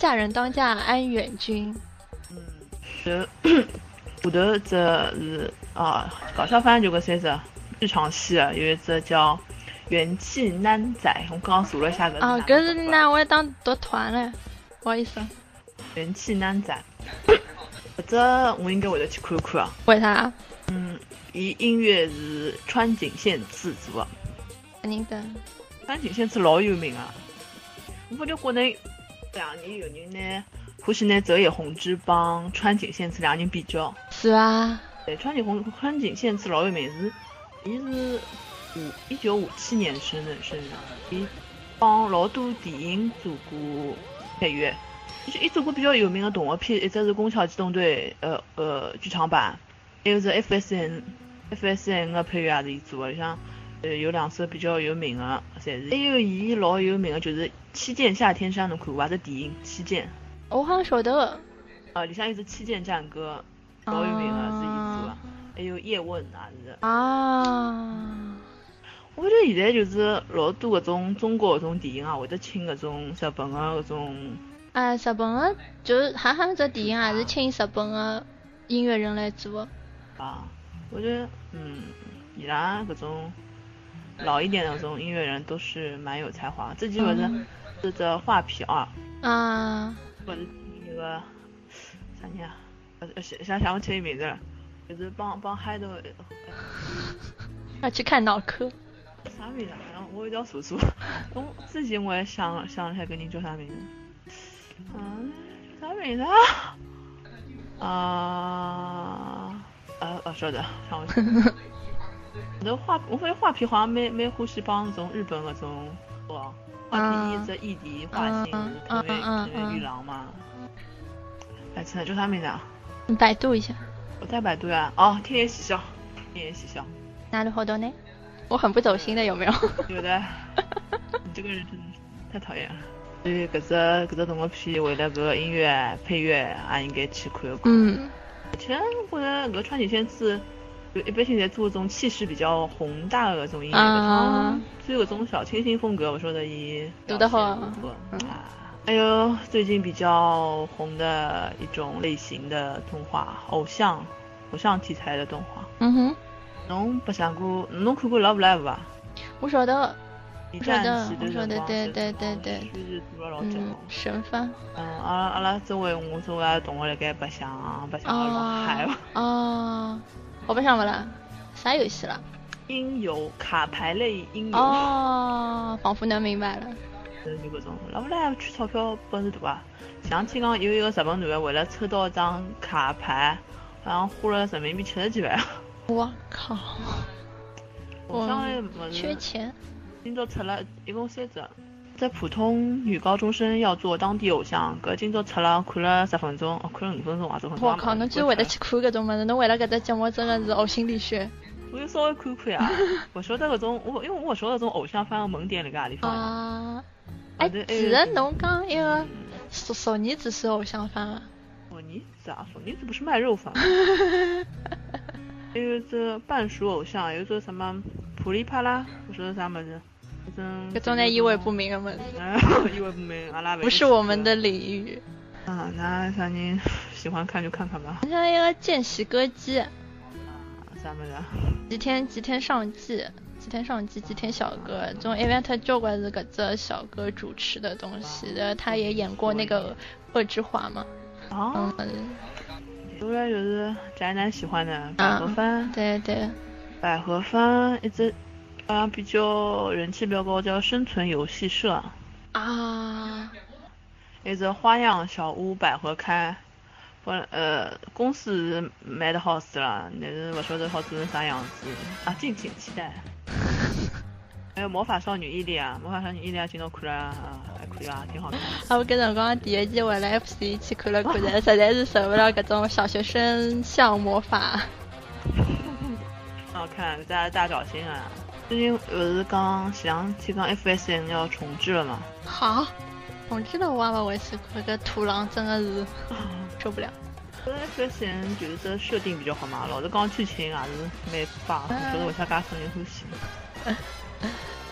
嫁人当嫁安远君。 嗯，这下头这是啊，搞笑番就搿三只日常系啊，有一只叫元气男仔，我刚刚查了一下搿是啊，搿是哪我当读团了，不好意思。 元气男仔，搿只我应该会得去看看啊。 为啥？ 嗯，伊音乐是川井宪次做的。 肯定的。 川井宪次老有名啊，我发觉国内两年有人呢，欢喜拿泽野弘之帮川井宪次两人比较。 是啊。 对，川井弘川井宪次老有名，是伊是五一九五七年生的生人，伊帮老多电影做过配乐，就是伊做过比较有名的动画片，一只是《宫壳机动队》呃呃剧场版，还有是 F S N F S N 的配乐也是伊做的，里向呃有两首比较有名的，侪是。还有伊老有名的就是《七剑下天山》，侬看过伐？这电影《七剑》。 我好像晓得。 啊，里向有只《七剑战歌》，老有名的是伊做的。还有叶问也是。 啊。 我觉得现在就是老多搿种中国搿种电影啊，会得请搿种日本的搿种。 哎，日本的就是哈哈，这电影也是请日本的音乐人来做。 啊，我觉得嗯，伊拉搿种老一点的搿种音乐人都是蛮有才华。这期勿是是这画皮二。 啊。 勿是那个啥人啊？呃，想想想不起伊名字了，就是帮帮海头。 要去看脑科。 啥名字啊？我有点数数。我之前我也想想了下，搿人叫啥名字？嗯，叫啥名字啊？啊呃呃，晓得，想不起。我的画，我发现画皮好像蛮蛮欢喜帮那种日本那种，哇，画皮一只异敌画心是藤原藤原玉郎嘛。哎，真的叫啥名字啊？ 你百度一下。 我在百度呀。哦，天野喜孝，天野喜孝。 哪里好多呢？我很不走心的，有没有？ 有的。你这个人真的太讨厌了。所以搿只搿只动画片为了搿个音乐配乐也应该去看一看。 嗯。 而且我觉得搿川井宪次就一般性在做这种气势比较宏大的搿种音乐， 啊， 就搿种小清新风格，我说的伊读得好。 嗯。还有最近比较红的一种类型的动画，偶像偶像题材的动画。 嗯哼。 侬白相过？侬看过 Love Live 伐？ 我晓得。 我晓得，我晓得，对对对对。嗯，神番。 嗯，阿拉阿拉周围我周围同学辣盖白相，白相了老嗨了。 哦，我白相勿啦？啥游戏啦？ 音游，卡牌类音游。 哦，仿佛能明白了。 嗯，就搿种，老不来去钞票本事大啊！像听讲有一个日本男的为了抽到一张卡牌，好像花了人民币七十几万。 我靠！ 我缺钱。 今朝出了一共三只，在普通女高中生要做当地偶像，搿今朝出了，看了十分钟，哦，看了五分钟啊，十分钟。 我靠，侬居然会得去看搿种物事，侬为了搿只节目真的是呕心沥血。 我就稍微看看呀，勿晓得搿种，我因为我勿晓得搿种偶像番的门店辣盖何地方。 啊。哎，其实侬讲一个少少年子是偶像番啊。 少年子啊，少年子不是卖肉番。还有这半熟偶像，有这什么普利帕拉，我说的啥么子？ 搿种呢，意味不明的么子。 意味不明，阿拉不是我们的领域。 啊，那啥人喜欢看就看看吧。 像一个见习歌姬。啊， 啥么子？ 吉田吉田上季。吉田上季、吉田小哥，这种 event 交关是搿只小哥主持的东西的，他也演过那个《恶之华》嘛。 哦。嗯。主要就是宅男喜欢的百合番。 啊、对对。 百合番一直啊比较人气比较高，叫生存游戏社。 啊。 一直花样小屋百合开，呃公司卖的好死了，但是不晓得好做成啥样子啊，敬请期待。还有魔法少女伊利亚，魔法少女伊利亚今朝看了啊，还可以啊，挺好看。 啊，我搿辰光第一季为了 F C 去看了看的，实在是受不了搿种小学生像魔法。 好看，大大找新啊！最近不是刚前两天刚 F S N 要重置了嘛？ 好，重置了我也勿回去看，搿土狼真的是受不了。 搿 F S N 就是这设定比较好嘛，老是讲剧情也是蛮棒，不晓得为啥介多人欢喜。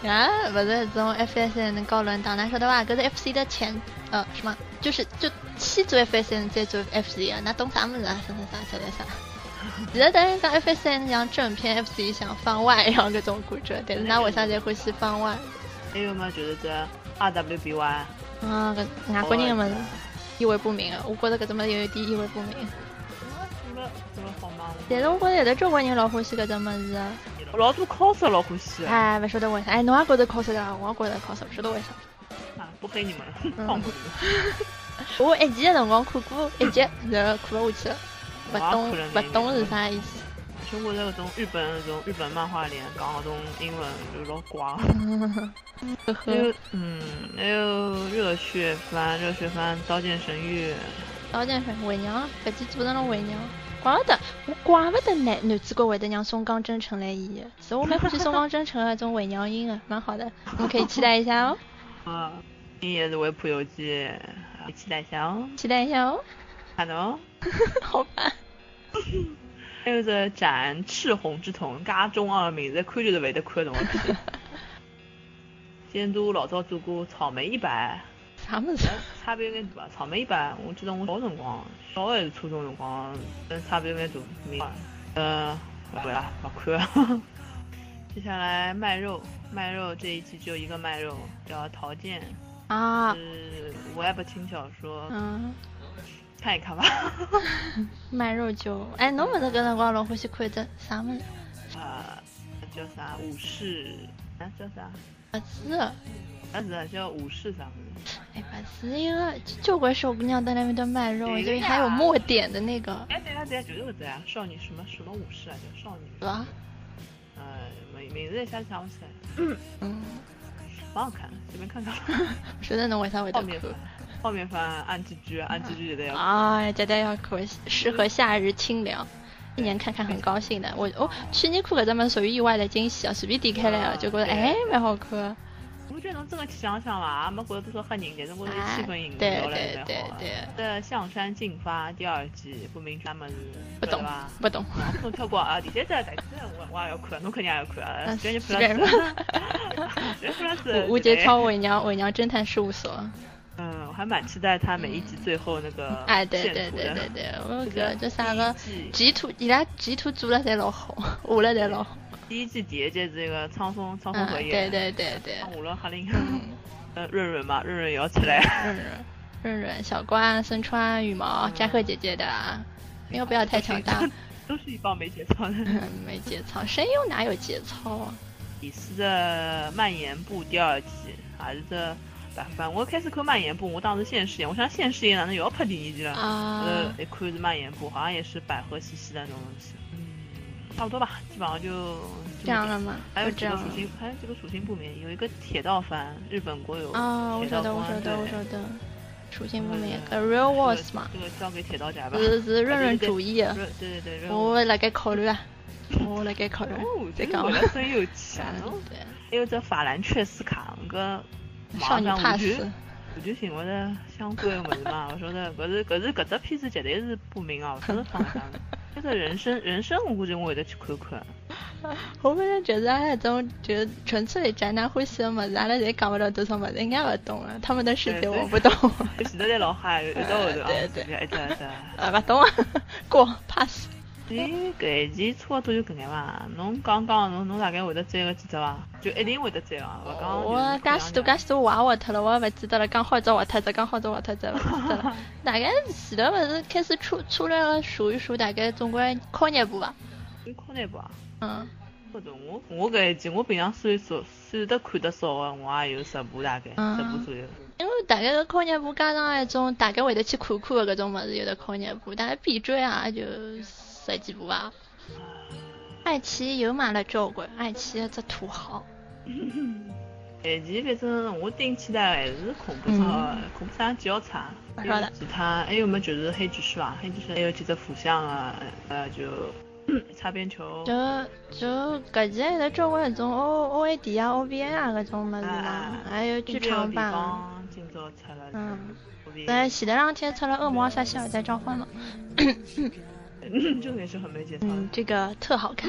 啊，不是这种 F S N 高轮档，哪晓得吧？搿是 F C 的前呃什么，就是就先做 F S N 再做 F C 啊，那懂啥么子啊？啥啥啥啥啥啥。其实等于讲 F S N 像正片 F C 像番外一样搿种感觉，但是㑚为啥侪欢喜番外？ 还有嘛，就是这 R W B Y。 啊，搿外国人们意味不明啊，我觉着搿种物事有一点意味不明。 做了做了好吗？ 但是我觉着有的交关人老欢喜搿种物事。 老多 cos 老欢喜。 哎，勿晓得为啥？哎，侬也觉着 cos 的，我也觉着 cos，勿晓得为啥。 啊，不黑你们了，放过你们。 我一集的辰光看过一集，然后看不下去了，不懂不懂是啥意思。 中国那种日本那种日本漫画里讲那种英文就老瓜。还有嗯，还有热血番，热血番《刀剑神域》。 刀剑神伪娘，搿集做成了伪娘。怪不得，我怪不得男男主角会得让松冈真诚来演，其实我蛮欢喜松冈真诚的这种伪娘音的，蛮好的，我们可以期待一下哦。 啊，你也是维普游记，期待一下哦。 期待一下哦。 好的哦。 好吧。 还有这斩赤红之瞳，家中二名字看就是会得看的东西。监督老早做过草莓一百。 啥么子？ 差别有点大吧。草莓一百，我记得我小辰光，小还是初中辰光，但差别有点大。呃，不啦，不看。接下来卖肉，卖肉这一季只有一个卖肉，叫桃剑啊， 是 Web 轻小说。 嗯。 看一看吧。 卖肉就，哎，侬勿是搿辰光老欢喜看只啥物事？ 啊，叫啥武士？啊，叫啥？ 不是。 不是，叫武士啥物事？ 哎，不是一个交关小姑娘在那边的卖肉，这里还有墨点的那个。 哎，对呀对呀，就是搿只呀，少女什么什么武士啊，叫少女。 是吧？ 呃，名名字一下子想不起来。 嗯嗯。 蛮好看，随便看看。 我觉得侬为啥会得看？ 泡面番、暗之居、暗之居也得要看。 啊，绝对要看，适合夏日清凉，一年看看很高兴的。我哦，去年看搿只么属于意外的惊喜啊，随便点开来了就觉得哎蛮好看。 我觉得侬真的去想想嘛，也没觉得多少吓人，但是我觉得气氛营造对了对对对。 这象山进发第二季不明他们不懂吧？ 不懂。 侬跳过啊？第三集、第四集我我也要看，侬肯定也要看啊。 随便 plus。 吴杰超伪娘伪娘侦探事务所。 嗯，我还蛮期待他每一集最后那个哎，对对对对对，我搿叫啥个集图，伊拉集图做了侪老好，画了侪老好。 第一季第一季这个苍松苍松和也， 对对对对， 画了哈林，呃润润嘛，润润也要出来， 润润润润小关、身川羽毛、斋贺姐姐的，要不要太强大？ 都是一帮没节操的， 没节操，声优哪有节操啊？ 李斯的蔓延部第二季还是这。白番，我开始看蔓延部，我当时现实演，我想现实演哪能又要拍第二季了？ 啊， 呃，一看是蔓延部，好像也是百合系系的那种东西。嗯，差不多吧，基本上就这样了吗？ 还有几个属性，还有几个属性不明，有一个铁道番，日本国有。 啊，我晓得，我晓得，我晓得。属性不明 ，A Real Wars 嘛。 这个交给铁道家吧。 是是润润主义。 对对对。 我辣盖考虑啊，我辣盖考虑。 再讲了，真有钱。 对。 还有这法兰雀斯卡个。 少女怕死， 我就寻勿着相关的物事嘛，我说的，搿是搿是搿只片子绝对是不明啊，勿是放上的。这个人生人生，我估计我会得去看看。 我反正就是那种就纯粹宅男欢喜的物事，阿拉侪讲勿了多少物事，应该勿懂了。他们的世界我不懂。 前头在老嗨，有到后头啊， 对对对，一只一只。 啊，勿懂啊，过 pass。 诶，搿一期差不多就搿眼伐？侬讲讲，侬侬大概会得追个几只伐？就一定会得追啊！勿讲我介许多介许多我也划脱了，我也勿记得了。刚好只划脱只，刚好只划脱只，勿记得了。大概前头勿是开始出出来了数一数，大概总归考廿部伐？ 考廿部啊？ 嗯。 或者我我搿一季我平常算数算得看得少个，我也有十部大概，十部左右。 因为大概个考廿部加上一种大概会得去看看个搿种物事，有的考廿部，大概必追啊就。十几部吧，爱奇艺又买了交关，爱奇艺只土豪。 爱奇艺反正我顶期待还是恐怖差，恐怖差几要差。 好的。 其他还有么就是黑执事吧，黑执事还有几只腐向啊，呃就擦边球。 就就搿季有的交关那种 O O A D 啊 O V A 啊搿种物事嘛，还有剧场版。 今朝出了。 嗯。对，前头两天出了《恶魔萨希尔在召唤》嘛。 嗯，这个也是很没节操。 嗯，这个特好看。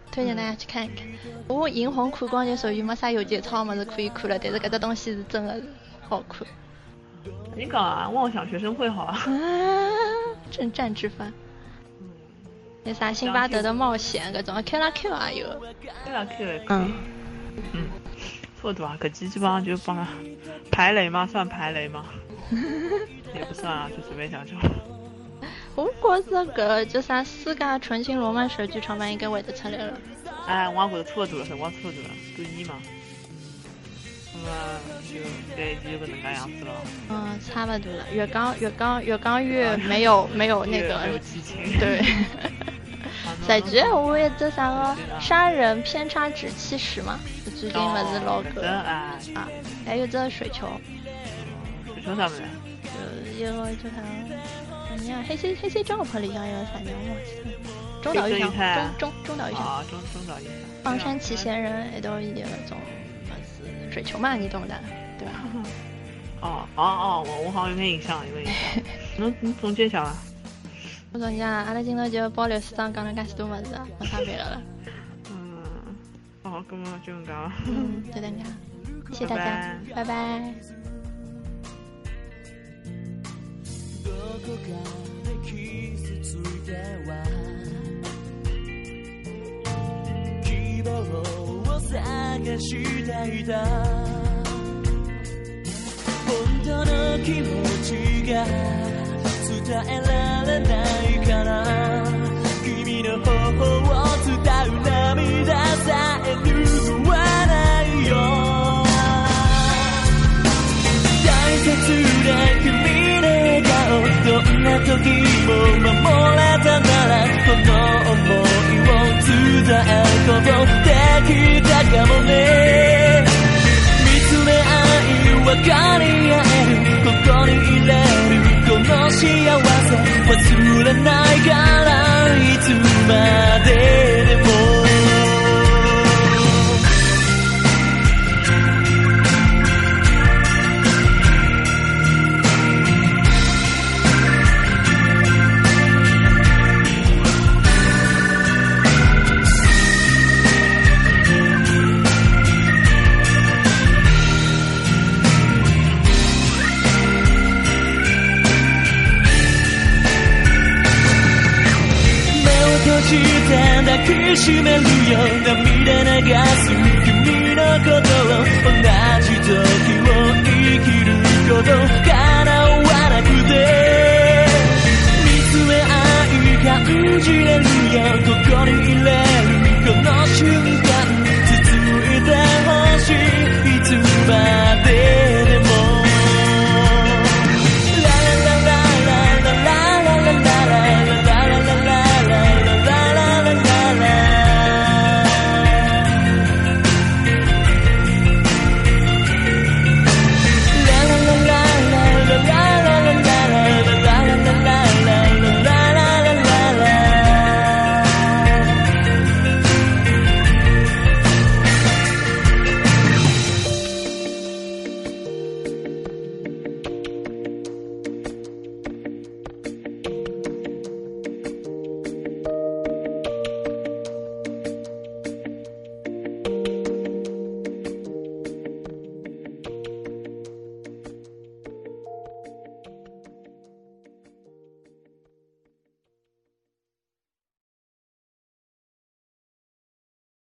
推荐大家去看一看。我银魂看光就属于没啥有节操么子可以看了，但是搿只东西是真的是好看。 你讲啊，妄想学生会好啊， 征战之番。那啥辛巴德的冒险搿种 Q 啦 Q 也有 Q 啦 Q 也可以。 嗯嗯，错对吧？搿几基本上就帮排雷吗？算排雷吗？也不算啊，就随便讲讲。 我觉着搿就啥世界纯情罗曼史剧场版应该会得出来了。 哎，我也觉得差不多了，辰光差不多了，半年嘛。那么就这一季就搿能介样子了。 嗯，差不多了，越讲越讲越讲越没有没有那个没有激情。 对。实际我一只啥个杀人偏差值七十嘛，最近不是老狗啊，还有这水球。 水球啥么子？ 就一个就啥，啥人啊？黑 C 黑 C Jump 里向一个啥人忘记了。中岛裕翔，中中中岛裕翔。 啊，中中岛裕翔。 放山崎贤人一道演那种是水球嘛，你懂的，对吧？ 哦哦哦，我我好像有点印象，有点印象。侬侬总结一下吧。 我总结啊，阿拉今朝就包六四章讲了介许多物事，没啥别的了。 嗯，哦，咁么就咁讲。 嗯，就等下，谢谢大家，拜拜。 どこかで傷ついては希望を探していた本当の気持ちが伝えられないから君の頬を伝う涙さえ拭わないよ大切で君の笑顔どんな時も守れたならこの想いを伝えることできたかもね見つめ合い分かり合えるここにいれるこの幸せ忘れないからいつまででも抱きしめるよ涙流す君のことを同じ時を生きること叶わなくて